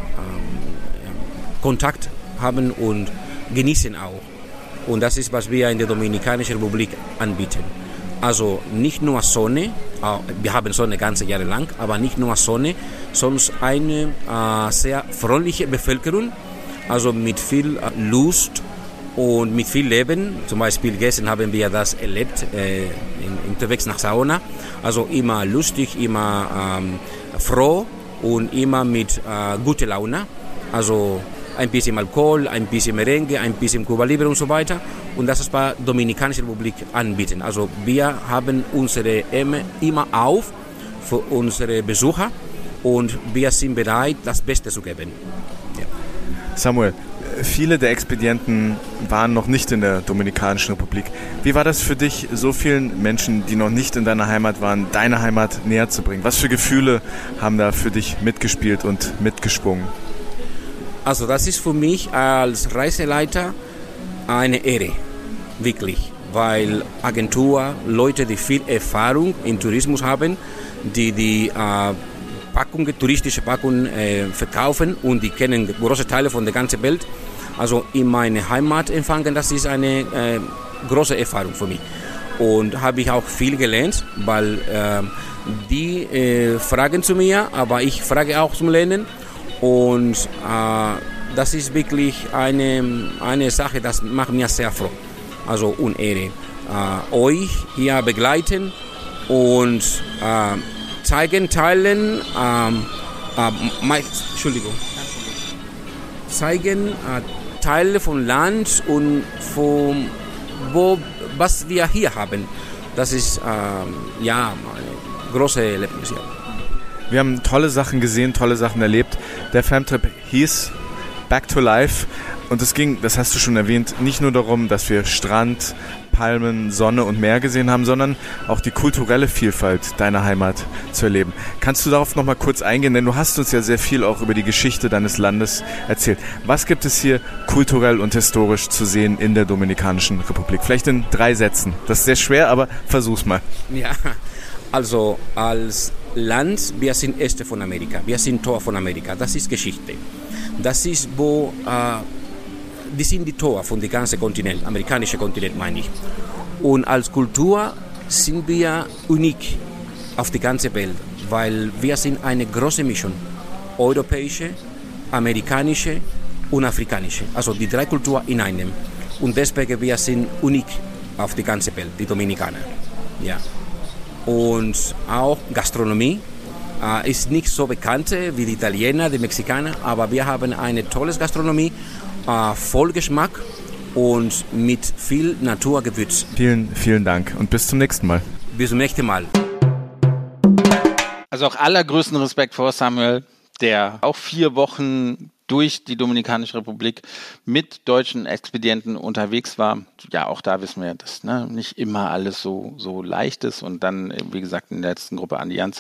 Kontakt haben und genießen auch. Und das ist, was wir in der Dominikanischen Republik anbieten. Also nicht nur Sonne, wir haben Sonne ganze Jahre lang, aber nicht nur Sonne, sondern eine sehr freundliche Bevölkerung, also mit viel Lust und mit viel Leben. Zum Beispiel gestern haben wir das erlebt, unterwegs nach Saona. Also immer lustig, immer froh und immer mit guter Laune. Also ein bisschen Alkohol, ein bisschen Merengue, ein bisschen Cuba Libre und so weiter. Und das ist bei der Dominikanischen Republik anbieten. Also wir haben unsere Ämter immer auf für unsere Besucher und wir sind bereit, das Beste zu geben. Ja. Samuel, viele der Expedienten waren noch nicht in der Dominikanischen Republik. Wie war das für dich, so vielen Menschen, die noch nicht in deiner Heimat waren, deine Heimat näher zu bringen? Was für Gefühle haben da für dich mitgespielt und mitgeschwungen? Also das ist für mich als Reiseleiter eine Ehre, wirklich, weil Agentur, Leute, die viel Erfahrung im Tourismus haben, die touristische Packungen verkaufen und die kennen große Teile von der ganzen Welt. Also in meine Heimat empfangen, das ist eine große Erfahrung für mich. Und habe ich auch viel gelernt, weil die fragen zu mir, aber ich frage auch zum Lernen. Und das ist wirklich eine Sache, das macht mich sehr froh. Also und Ehre. Euch hier begleiten und zeigen, teilen, zeigen Teile von Land und von was wir hier haben. Das ist ja ein großes Erlebnis. Ja. Wir haben tolle Sachen gesehen, tolle Sachen erlebt. Der Famtrip hieß Back to Life. Und es ging, das hast du schon erwähnt, nicht nur darum, dass wir Strand, Palmen, Sonne und Meer gesehen haben, sondern auch die kulturelle Vielfalt deiner Heimat zu erleben. Kannst du darauf nochmal kurz eingehen, denn du hast uns ja sehr viel auch über die Geschichte deines Landes erzählt. Was gibt es hier kulturell und historisch zu sehen in der Dominikanischen Republik? Vielleicht in 3 Sätzen. Das ist sehr schwer, aber versuch's mal. Ja, also als Land, wir sind Äste von Amerika, wir sind Tor von Amerika, das ist Geschichte. Das ist, wo die sind die Tor von dem ganzen Kontinent, amerikanischen Kontinent meine ich. Und als Kultur sind wir unik auf die ganze Welt, weil wir sind eine große Mischung, europäische, amerikanische und afrikanische, also die 3 Kulturen in einem. Und deswegen wir sind unik auf die ganze Welt, die Dominikaner. Ja. Und auch Gastronomie ist nicht so bekannt wie die Italiener, die Mexikaner, aber wir haben eine tolle Gastronomie, voll Geschmack und mit viel Naturgewürz. Vielen, vielen Dank und bis zum nächsten Mal. Bis zum nächsten Mal. Also auch allergrößten Respekt vor Samuel, der auch 4 Wochen durch die Dominikanische Republik mit deutschen Expedienten unterwegs war. Ja, auch da wissen wir, dass nicht immer alles so leicht ist. Und dann, wie gesagt, in der letzten Gruppe Andi Jans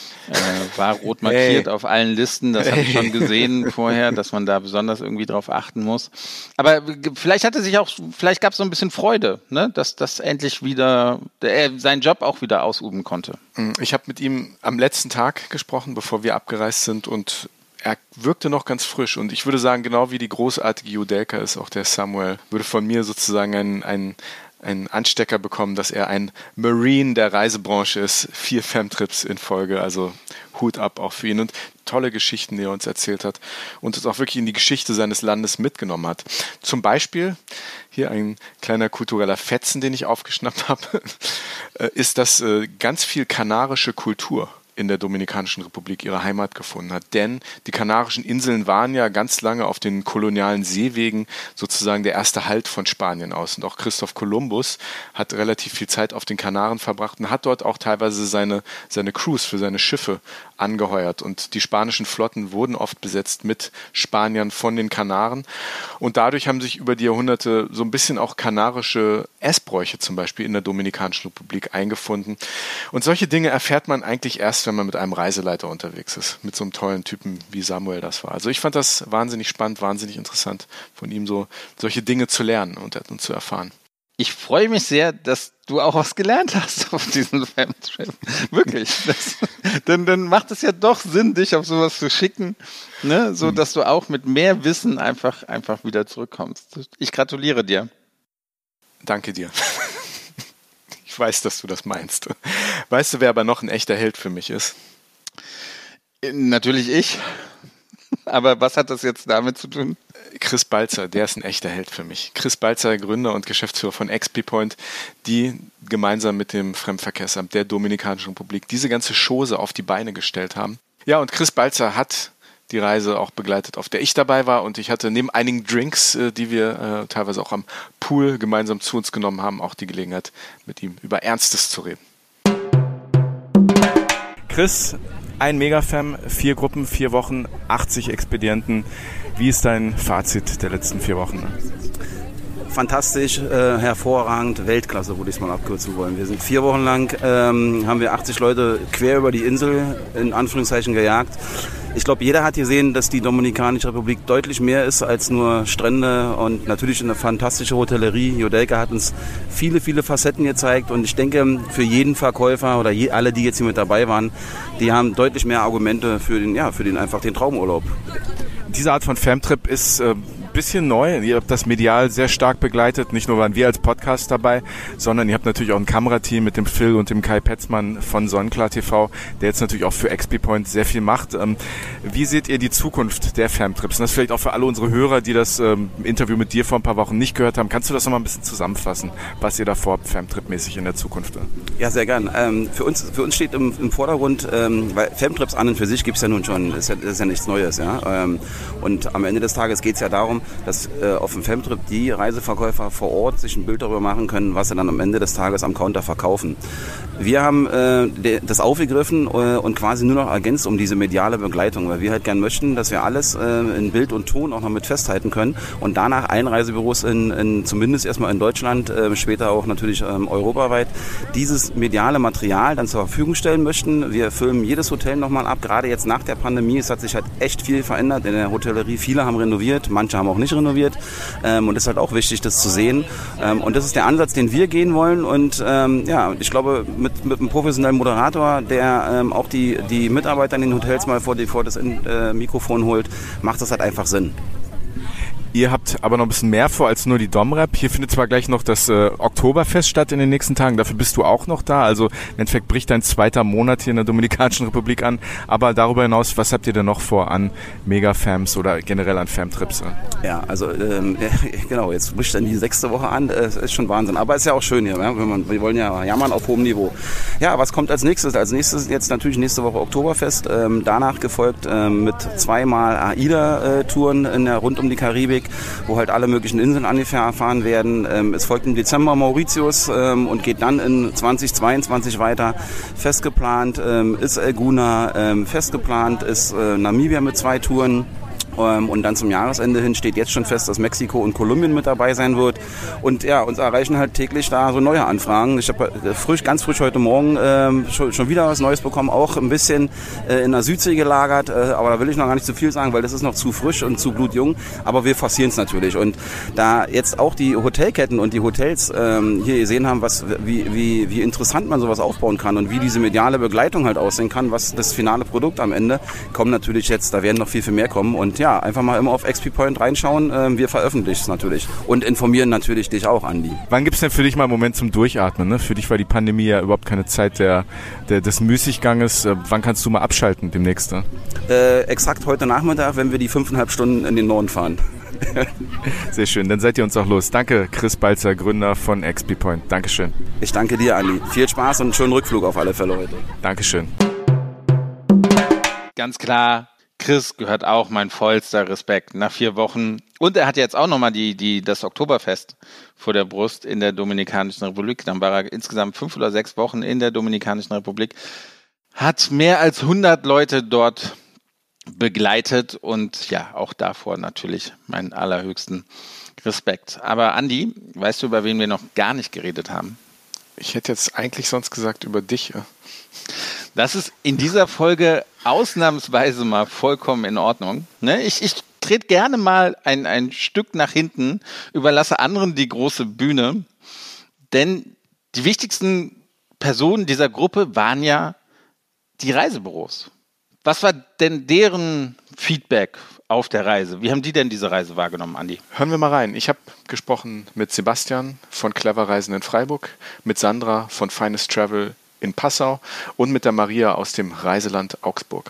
war rot markiert auf allen Listen. Das habe ich schon gesehen vorher, dass man da besonders irgendwie drauf achten muss. Aber vielleicht gab es so ein bisschen Freude, dass endlich wieder er seinen Job auch wieder ausüben konnte. Ich habe mit ihm am letzten Tag gesprochen, bevor wir abgereist sind, und er wirkte noch ganz frisch, und ich würde sagen, genau wie die großartige Joudelka ist auch der Samuel, würde von mir sozusagen einen Anstecker bekommen, dass er ein Marine der Reisebranche ist. 4 Femtrips in Folge, also Hut ab auch für ihn, und tolle Geschichten, die er uns erzählt hat und uns auch wirklich in die Geschichte seines Landes mitgenommen hat. Zum Beispiel, hier ein kleiner kultureller Fetzen, den ich aufgeschnappt habe, ist, dass ganz viel kanarische Kultur in der Dominikanischen Republik ihre Heimat gefunden hat. Denn die Kanarischen Inseln waren ja ganz lange auf den kolonialen Seewegen sozusagen der erste Halt von Spanien aus. Und auch Christoph Kolumbus hat relativ viel Zeit auf den Kanaren verbracht und hat dort auch teilweise seine Crews für seine Schiffe angeheuert. Und die spanischen Flotten wurden oft besetzt mit Spaniern von den Kanaren. Und dadurch haben sich über die Jahrhunderte so ein bisschen auch kanarische Essbräuche zum Beispiel in der Dominikanischen Republik eingefunden. Und solche Dinge erfährt man eigentlich erst, wenn man mit einem Reiseleiter unterwegs ist, mit so einem tollen Typen wie Samuel das war. Also ich fand das wahnsinnig spannend, wahnsinnig interessant, von ihm solche Dinge zu lernen und zu erfahren. Ich freue mich sehr, dass du auch was gelernt hast auf diesem Femtrip. Wirklich. Dann macht es ja doch Sinn, dich auf sowas zu schicken, so dass du auch mit mehr Wissen einfach wieder zurückkommst. Ich gratuliere dir. Danke dir. Ich weiß, dass du das meinst. Weißt du, wer aber noch ein echter Held für mich ist? Natürlich ich. Aber was hat das jetzt damit zu tun? Chris Balzer, der ist ein echter Held für mich. Chris Balzer, Gründer und Geschäftsführer von XP-Point, die gemeinsam mit dem Fremdenverkehrsamt der Dominikanischen Republik diese ganze Chose auf die Beine gestellt haben. Ja, und Chris Balzer hat die Reise auch begleitet, auf der ich dabei war, und ich hatte neben einigen Drinks, die wir teilweise auch am Pool gemeinsam zu uns genommen haben, auch die Gelegenheit, mit ihm über Ernstes zu reden. Chris, ein Megafam, 4 Gruppen, 4 Wochen, 80 Expedienten. Wie ist dein Fazit der letzten 4 Wochen? Fantastisch, hervorragend, Weltklasse, würde ich es mal abkürzen wollen. Wir sind 4 Wochen lang, haben wir 80 Leute quer über die Insel, in Anführungszeichen, gejagt. Ich glaube, jeder hat gesehen, dass die Dominikanische Republik deutlich mehr ist als nur Strände und natürlich eine fantastische Hotellerie. Joudelka hat uns viele, viele Facetten gezeigt, und ich denke, für jeden Verkäufer oder alle, die jetzt hier mit dabei waren, die haben deutlich mehr Argumente für den Traumurlaub. Diese Art von Femtrip ist bisschen neu. Ihr habt das medial sehr stark begleitet. Nicht nur waren wir als Podcast dabei, sondern ihr habt natürlich auch ein Kamerateam mit dem Phil und dem Kai Petzmann von Sonnenklar TV, der jetzt natürlich auch für XP-Point sehr viel macht. Wie seht ihr die Zukunft der Femtrips? Und das vielleicht auch für alle unsere Hörer, die das Interview mit dir vor ein paar Wochen nicht gehört haben. Kannst du das nochmal ein bisschen zusammenfassen, was ihr da vorhabt, Femtrip-mäßig in der Zukunft? Ja, sehr gern. Für uns steht im Vordergrund, weil Femtrips an und für sich gibt es ja nun schon, das ist ja nichts Neues. Ja? Und am Ende des Tages geht es ja darum, dass auf dem Femtrip die Reiseverkäufer vor Ort sich ein Bild darüber machen können, was sie dann am Ende des Tages am Counter verkaufen. Wir haben das aufgegriffen und quasi nur noch ergänzt um diese mediale Begleitung, weil wir halt gern möchten, dass wir alles in Bild und Ton auch noch mit festhalten können und danach Einreisebüros zumindest erstmal in Deutschland, später auch natürlich europaweit, dieses mediale Material dann zur Verfügung stellen möchten. Wir filmen jedes Hotel nochmal ab, gerade jetzt nach der Pandemie. Es hat sich halt echt viel verändert in der Hotellerie. Viele haben renoviert, manche haben auch nicht renoviert und es ist halt auch wichtig, das zu sehen. Und das ist der Ansatz, den wir gehen wollen und ich glaube, mit einem professionellen Moderator, der auch die Mitarbeiter in den Hotels mal vor das Mikrofon holt, macht das halt einfach Sinn. Ihr habt aber noch ein bisschen mehr vor als nur die Domrep. Hier findet zwar gleich noch das Oktoberfest statt in den nächsten Tagen. Dafür bist du auch noch da. Also im Endeffekt bricht dein 2. Monat hier in der Dominikanischen Republik an. Aber darüber hinaus, was habt ihr denn noch vor an Mega-Fams oder generell an Fam-Trips? Ja, also genau, jetzt bricht dann die 6. Woche an. Es ist schon Wahnsinn. Aber es ist ja auch schön hier. Ja? Wir wollen ja jammern auf hohem Niveau. Ja, was kommt als nächstes? Als nächstes jetzt natürlich nächste Woche Oktoberfest. Danach gefolgt mit 2-mal AIDA-Touren rund um die Karibik, wo halt alle möglichen Inseln angefahren werden. Es folgt im Dezember Mauritius und geht dann in 2022 weiter. Festgeplant ist Elguna, festgeplant ist Namibia mit 2 Touren. Und dann zum Jahresende hin steht jetzt schon fest, dass Mexiko und Kolumbien mit dabei sein wird. Und ja, uns erreichen halt täglich da so neue Anfragen. Ich habe ganz frisch heute Morgen schon wieder was Neues bekommen, auch ein bisschen in der Südsee gelagert. Aber da will ich noch gar nicht zu viel sagen, weil das ist noch zu frisch und zu blutjung. Aber wir forcieren es natürlich. Und da jetzt auch die Hotelketten und die Hotels hier gesehen haben, wie interessant man sowas aufbauen kann und wie diese mediale Begleitung halt aussehen kann, was das finale Produkt am Ende, kommen natürlich jetzt, da werden noch viel mehr kommen. Und ja, einfach mal immer auf XP Point reinschauen. Wir veröffentlichen es natürlich und informieren natürlich dich auch, Andi. Wann gibt es denn für dich mal einen Moment zum Durchatmen? Ne? Für dich war die Pandemie ja überhaupt keine Zeit des Müßigganges. Wann kannst du mal abschalten demnächst? Ne? Exakt heute Nachmittag, wenn wir die 5,5 Stunden in den Norden fahren. Sehr schön, dann seid ihr uns auch los. Danke, Chris Balzer, Gründer von XP Point. Dankeschön. Ich danke dir, Andi. Viel Spaß und einen schönen Rückflug auf alle Fälle heute. Dankeschön. Ganz klar, Chris gehört auch mein vollster Respekt nach 4 Wochen. Und er hat jetzt auch nochmal das Oktoberfest vor der Brust in der Dominikanischen Republik. Dann war er insgesamt 5 oder 6 Wochen in der Dominikanischen Republik. Hat mehr als 100 Leute dort begleitet und ja, auch davor natürlich meinen allerhöchsten Respekt. Aber Andi, weißt du, über wen wir noch gar nicht geredet haben? Ich hätte jetzt eigentlich sonst gesagt über dich. Ja. Das ist in dieser Folge ausnahmsweise mal vollkommen in Ordnung. Ne? Ich trete gerne mal ein Stück nach hinten, überlasse anderen die große Bühne, denn die wichtigsten Personen dieser Gruppe waren ja die Reisebüros. Was war denn deren Feedback auf der Reise? Wie haben die denn diese Reise wahrgenommen, Andi? Hören wir mal rein. Ich habe gesprochen mit Sebastian von Clever Reisen in Freiburg, mit Sandra von Finest Travel in Passau und mit der Maria aus dem Reiseland Augsburg.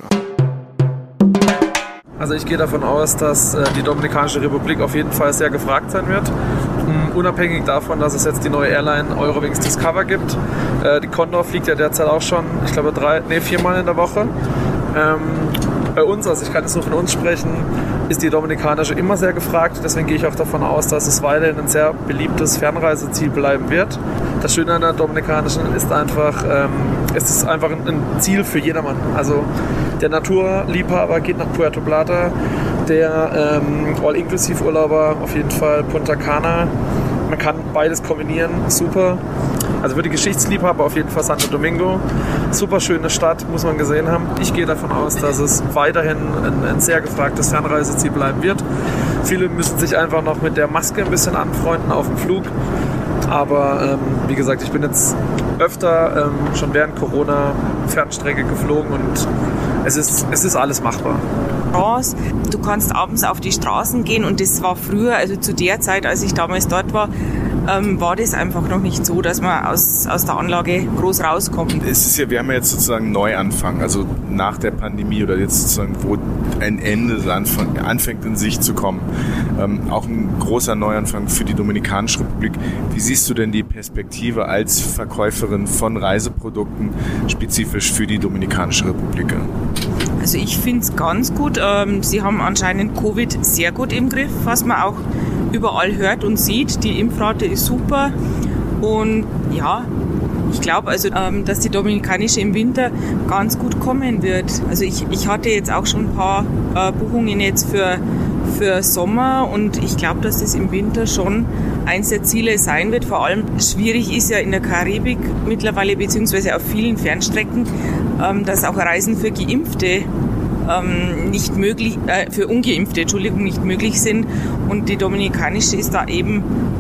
Also ich gehe davon aus, dass die Dominikanische Republik auf jeden Fall sehr gefragt sein wird. Unabhängig davon, dass es jetzt die neue Airline Eurowings Discover gibt. Die Condor fliegt ja derzeit auch schon, ich glaube 4-mal in der Woche. Bei uns, also ich kann jetzt nur von uns sprechen, ist die Dominikanische immer sehr gefragt. Deswegen gehe ich auch davon aus, dass es weiterhin ein sehr beliebtes Fernreiseziel bleiben wird. Das Schöne an der Dominikanischen ist einfach, es ist einfach ein Ziel für jedermann. Also der Naturliebhaber geht nach Puerto Plata, der All-Inclusive-Urlauber auf jeden Fall Punta Cana. Man kann beides kombinieren, super. Also für die Geschichtsliebhaber auf jeden Fall Santo Domingo. Super schöne Stadt, muss man gesehen haben. Ich gehe davon aus, dass es weiterhin ein sehr gefragtes Fernreiseziel bleiben wird. Viele müssen sich einfach noch mit der Maske ein bisschen anfreunden auf dem Flug. Aber wie gesagt, ich bin jetzt öfter schon während Corona Fernstrecke geflogen und es ist alles machbar. Du kannst abends auf die Straßen gehen und das war früher, also zu der Zeit, als ich damals dort war, war das einfach noch nicht so, dass man aus der Anlage groß rauskommt. Es ist ja, wir haben ja jetzt sozusagen einen Neuanfang, also nach der Pandemie oder jetzt sozusagen, wo ein Ende anfängt in Sicht zu kommen. Auch ein großer Neuanfang für die Dominikanische Republik. Wie siehst du denn die Perspektive als Verkäuferin von Reiseprodukten spezifisch für die Dominikanische Republik? Also ich finde es ganz gut. Sie haben anscheinend Covid sehr gut im Griff, was man auch überall hört und sieht. Die Impfrate ist super und ja, Ich glaube also, dass die Dominikanische im Winter ganz gut kommen wird. Also ich hatte jetzt auch schon ein paar Buchungen jetzt für Sommer und ich glaube, dass das im Winter schon eins der Ziele sein wird. Vor allem schwierig ist ja in der Karibik mittlerweile, beziehungsweise auf vielen Fernstrecken, dass auch Reisen für Geimpfte nicht möglich, für Ungeimpfte, nicht möglich sind. Und die Dominikanische ist da eben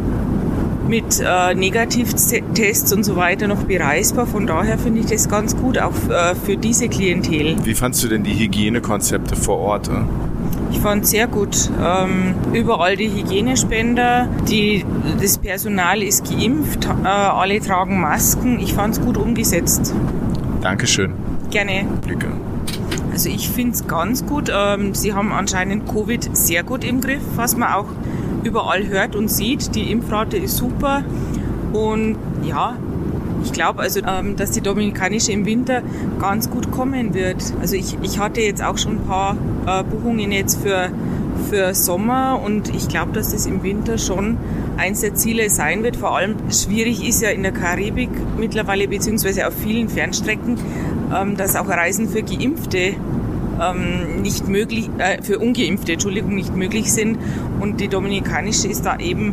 mit Negativtests und so weiter noch bereisbar. Von daher finde ich das ganz gut, auch für diese Klientel. Wie fandst du denn die Hygienekonzepte vor Ort? Ich fand es sehr gut. Überall die Hygienespender, das Personal ist geimpft, alle tragen Masken. Ich fand es gut umgesetzt. Dankeschön. Gerne. Blicke. Also ich finde es ganz gut. Sie haben anscheinend Covid sehr gut im Griff, was man auch überall hört und sieht. Die Impfrate ist super. Und ja, ich glaube also, dass die Dominikanische im Winter ganz gut kommen wird. Also ich hatte jetzt auch schon ein paar Buchungen jetzt für Sommer und ich glaube, dass das im Winter schon eins der Ziele sein wird. Vor allem schwierig ist ja in der Karibik mittlerweile, beziehungsweise auf vielen Fernstrecken, dass auch Reisen für Geimpfte nicht möglich, für Ungeimpfte, nicht möglich sind. Und die Dominikanische ist da eben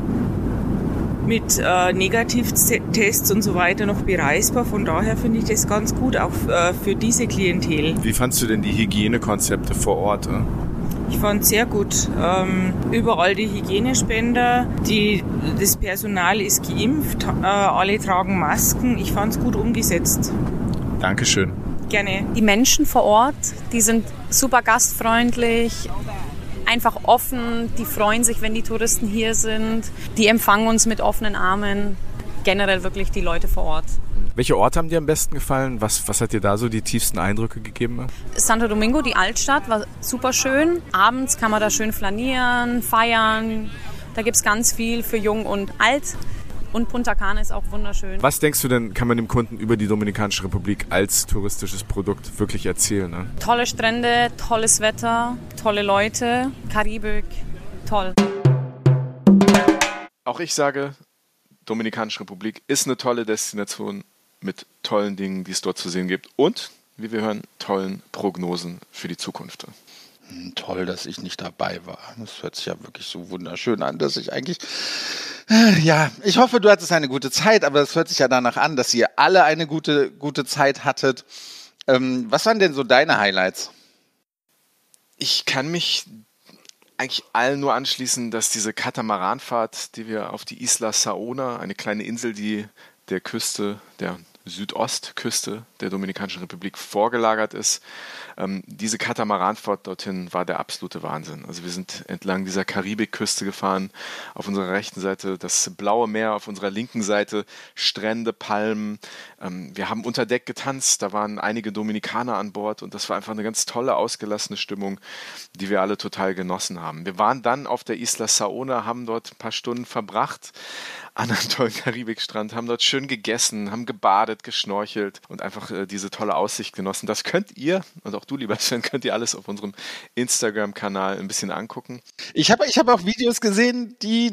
mit Negativtests und so weiter noch bereisbar. Von daher finde ich das ganz gut, auch für diese Klientel. Wie fandst du denn die Hygienekonzepte vor Ort? Ich fand es sehr gut. Überall die Hygienespender, das Personal ist geimpft, alle tragen Masken. Ich fand es gut umgesetzt. Dankeschön. Gerne. Die Menschen vor Ort, die sind super gastfreundlich, einfach offen, die freuen sich, wenn die Touristen hier sind, die empfangen uns mit offenen Armen, generell wirklich die Leute vor Ort. Welche Orte haben dir am besten gefallen? Was hat dir da so die tiefsten Eindrücke gegeben? Santo Domingo, die Altstadt, war super schön. Abends kann man da schön flanieren, feiern. Da gibt es ganz viel für Jung und Alt. Und Punta Cana ist auch wunderschön. Was denkst du denn, kann man dem Kunden über die Dominikanische Republik als touristisches Produkt wirklich erzählen? Ne? Tolle Strände, tolles Wetter, tolle Leute, Karibik, toll. Auch ich sage, Dominikanische Republik ist eine tolle Destination mit tollen Dingen, die es dort zu sehen gibt und, wie wir hören, tollen Prognosen für die Zukunft. Toll, dass ich nicht dabei war. Das hört sich ja wirklich so wunderschön an, dass ich eigentlich... Ja, ich hoffe, du hattest eine gute Zeit, aber es hört sich ja danach an, dass ihr alle eine gute Zeit hattet. Was waren denn so deine Highlights? Ich kann mich eigentlich allen nur anschließen, dass diese Katamaranfahrt, die wir auf die Isla Saona, eine kleine Insel, die der Küste, der Südostküste der Dominikanischen Republik vorgelagert ist. Diese Katamaranfahrt dorthin war der absolute Wahnsinn. Also wir sind entlang dieser Karibikküste gefahren, auf unserer rechten Seite das blaue Meer, auf unserer linken Seite Strände, Palmen. Wir haben unter Deck getanzt, da waren einige Dominikaner an Bord und das war einfach eine ganz tolle, ausgelassene Stimmung, die wir alle total genossen haben. Wir waren dann auf der Isla Saona, haben dort ein paar Stunden verbracht an einem tollen Karibikstrand, haben dort schön gegessen, haben gebadet, geschnorchelt und einfach diese tolle Aussicht genossen. Das könnt ihr, und auch du, lieber Sven, könnt ihr alles auf unserem Instagram-Kanal ein bisschen angucken. Ich hab auch Videos gesehen, die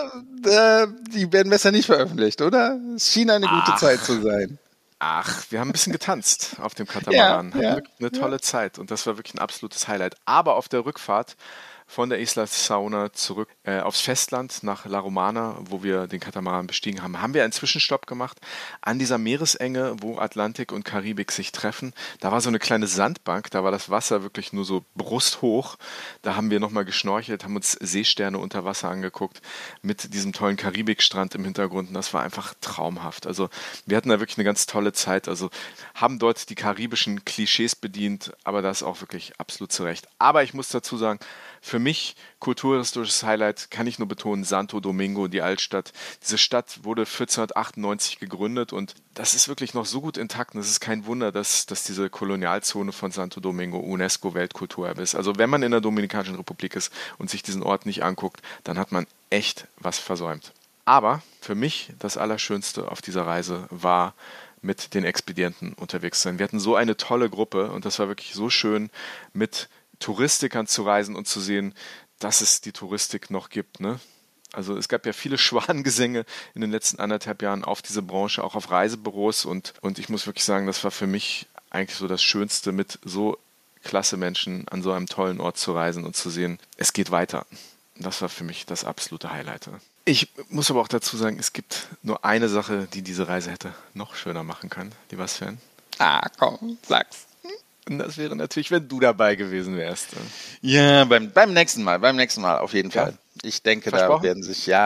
werden besser nicht veröffentlicht, oder? Es schien eine gute Zeit zu sein. Ach, wir haben ein bisschen getanzt auf dem Katamaran. Hatten wirklich eine tolle Zeit und das war wirklich ein absolutes Highlight. Aber auf der Rückfahrt von der Isla Saona zurück aufs Festland nach La Romana, wo wir den Katamaran bestiegen haben, haben wir einen Zwischenstopp gemacht an dieser Meeresenge, wo Atlantik und Karibik sich treffen. Da war so eine kleine Sandbank, da war das Wasser wirklich nur so brusthoch. Da haben wir nochmal geschnorchelt, haben uns Seesterne unter Wasser angeguckt mit diesem tollen Karibikstrand im Hintergrund und das war einfach traumhaft. Also wir hatten da wirklich eine ganz tolle Zeit, also haben dort die karibischen Klischees bedient, aber das auch wirklich absolut zurecht. Aber ich muss dazu sagen, für mich kulturhistorisches Highlight, kann ich nur betonen, Santo Domingo, die Altstadt. Diese Stadt wurde 1498 gegründet und das ist wirklich noch so gut intakt. Und es ist kein Wunder, dass diese Kolonialzone von Santo Domingo UNESCO-Weltkulturerbe ist. Also wenn man in der Dominikanischen Republik ist und sich diesen Ort nicht anguckt, dann hat man echt was versäumt. Aber für mich das Allerschönste auf dieser Reise war, mit den Expedienten unterwegs zu sein. Wir hatten so eine tolle Gruppe und das war wirklich so schön, mit Touristikern zu reisen und zu sehen, dass es die Touristik noch gibt, ne? Also es gab ja viele Schwanengesänge in den letzten 1,5 Jahren auf diese Branche, auch auf Reisebüros und ich muss wirklich sagen, das war für mich eigentlich so das Schönste, mit so klasse Menschen an so einem tollen Ort zu reisen und zu sehen, es geht weiter. Das war für mich das absolute Highlight. Ich muss aber auch dazu sagen, es gibt nur eine Sache, die diese Reise hätte noch schöner machen können, lieber Sven. Komm, sag's. Und das wäre natürlich, wenn du dabei gewesen wärst. Ja, beim nächsten Mal auf jeden Fall. Ich denke, da werden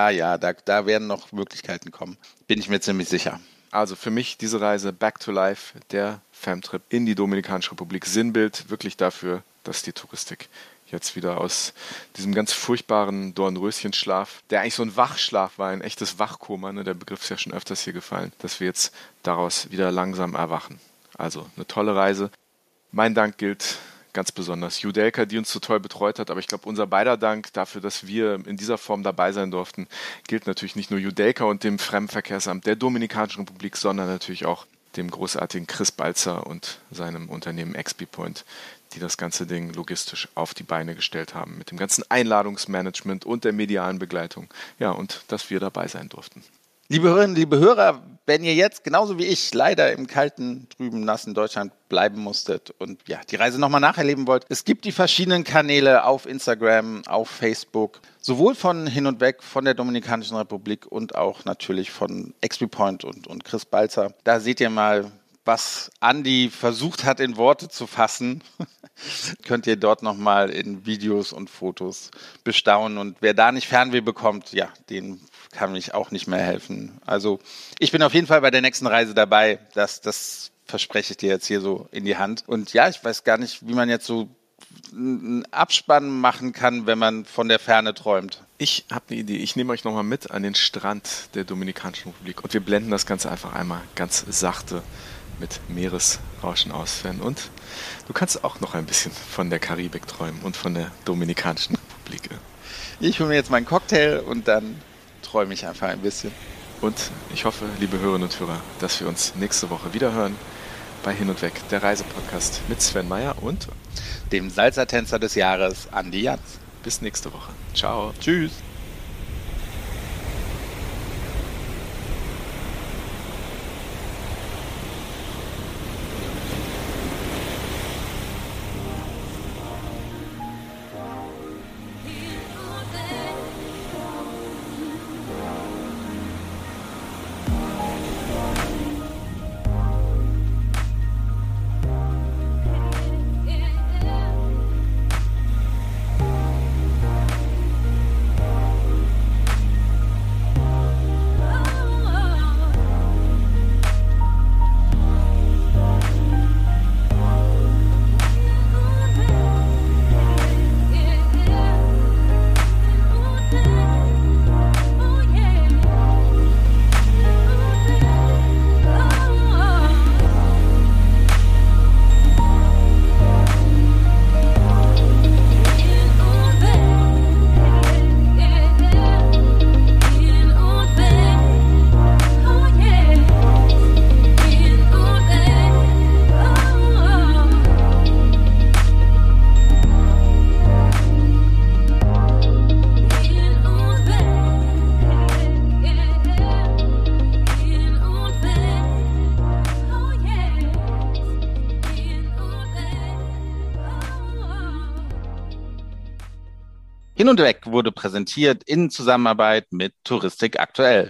da werden noch Möglichkeiten kommen. Bin ich mir ziemlich sicher. Also für mich diese Reise Back to Life, der Femtrip in die Dominikanische Republik, Sinnbild wirklich dafür, dass die Touristik jetzt wieder aus diesem ganz furchtbaren Dornröschenschlaf, der eigentlich so ein Wachschlaf war, ein echtes Wachkoma, ne? Der Begriff ist ja schon öfters hier gefallen, dass wir jetzt daraus wieder langsam erwachen. Also eine tolle Reise. Mein Dank gilt ganz besonders Joudelka, die uns so toll betreut hat, aber ich glaube, unser beider Dank dafür, dass wir in dieser Form dabei sein durften, gilt natürlich nicht nur Joudelka und dem Fremdenverkehrsamt der Dominikanischen Republik, sondern natürlich auch dem großartigen Chris Balzer und seinem Unternehmen XP-Point, die das ganze Ding logistisch auf die Beine gestellt haben, mit dem ganzen Einladungsmanagement und der medialen Begleitung. Ja, und dass wir dabei sein durften. Liebe Hörerinnen, liebe Hörer, wenn ihr jetzt, genauso wie ich, leider im kalten, trüben, nassen Deutschland bleiben musstet und die Reise nochmal nacherleben wollt, es gibt die verschiedenen Kanäle auf Instagram, auf Facebook, sowohl von Hin und Weg, von der Dominikanischen Republik und auch natürlich von XP-Point und Chris Balzer. Da seht ihr mal, was Andi versucht hat, in Worte zu fassen. Könnt ihr dort nochmal in Videos und Fotos bestaunen. Und wer da nicht Fernweh bekommt, den kann ich auch nicht mehr helfen. Also ich bin auf jeden Fall bei der nächsten Reise dabei. Das verspreche ich dir jetzt hier so in die Hand. Und ich weiß gar nicht, wie man jetzt so einen Abspann machen kann, wenn man von der Ferne träumt. Ich habe eine Idee. Ich nehme euch nochmal mit an den Strand der Dominikanischen Republik und wir blenden das Ganze einfach einmal ganz sachte mit Meeresrauschen aus, Sven. Und du kannst auch noch ein bisschen von der Karibik träumen und von der Dominikanischen Republik. Ich hole mir jetzt meinen Cocktail und dann träume ich einfach ein bisschen. Und ich hoffe, liebe Hörerinnen und Hörer, dass wir uns nächste Woche wiederhören bei Hin und Weg, der Reisepodcast mit Sven Meyer und dem Salsa-Tänzer des Jahres, Andi Jans. Bis nächste Woche. Ciao. Tschüss. Hin und Weg wurde präsentiert in Zusammenarbeit mit Touristik aktuell.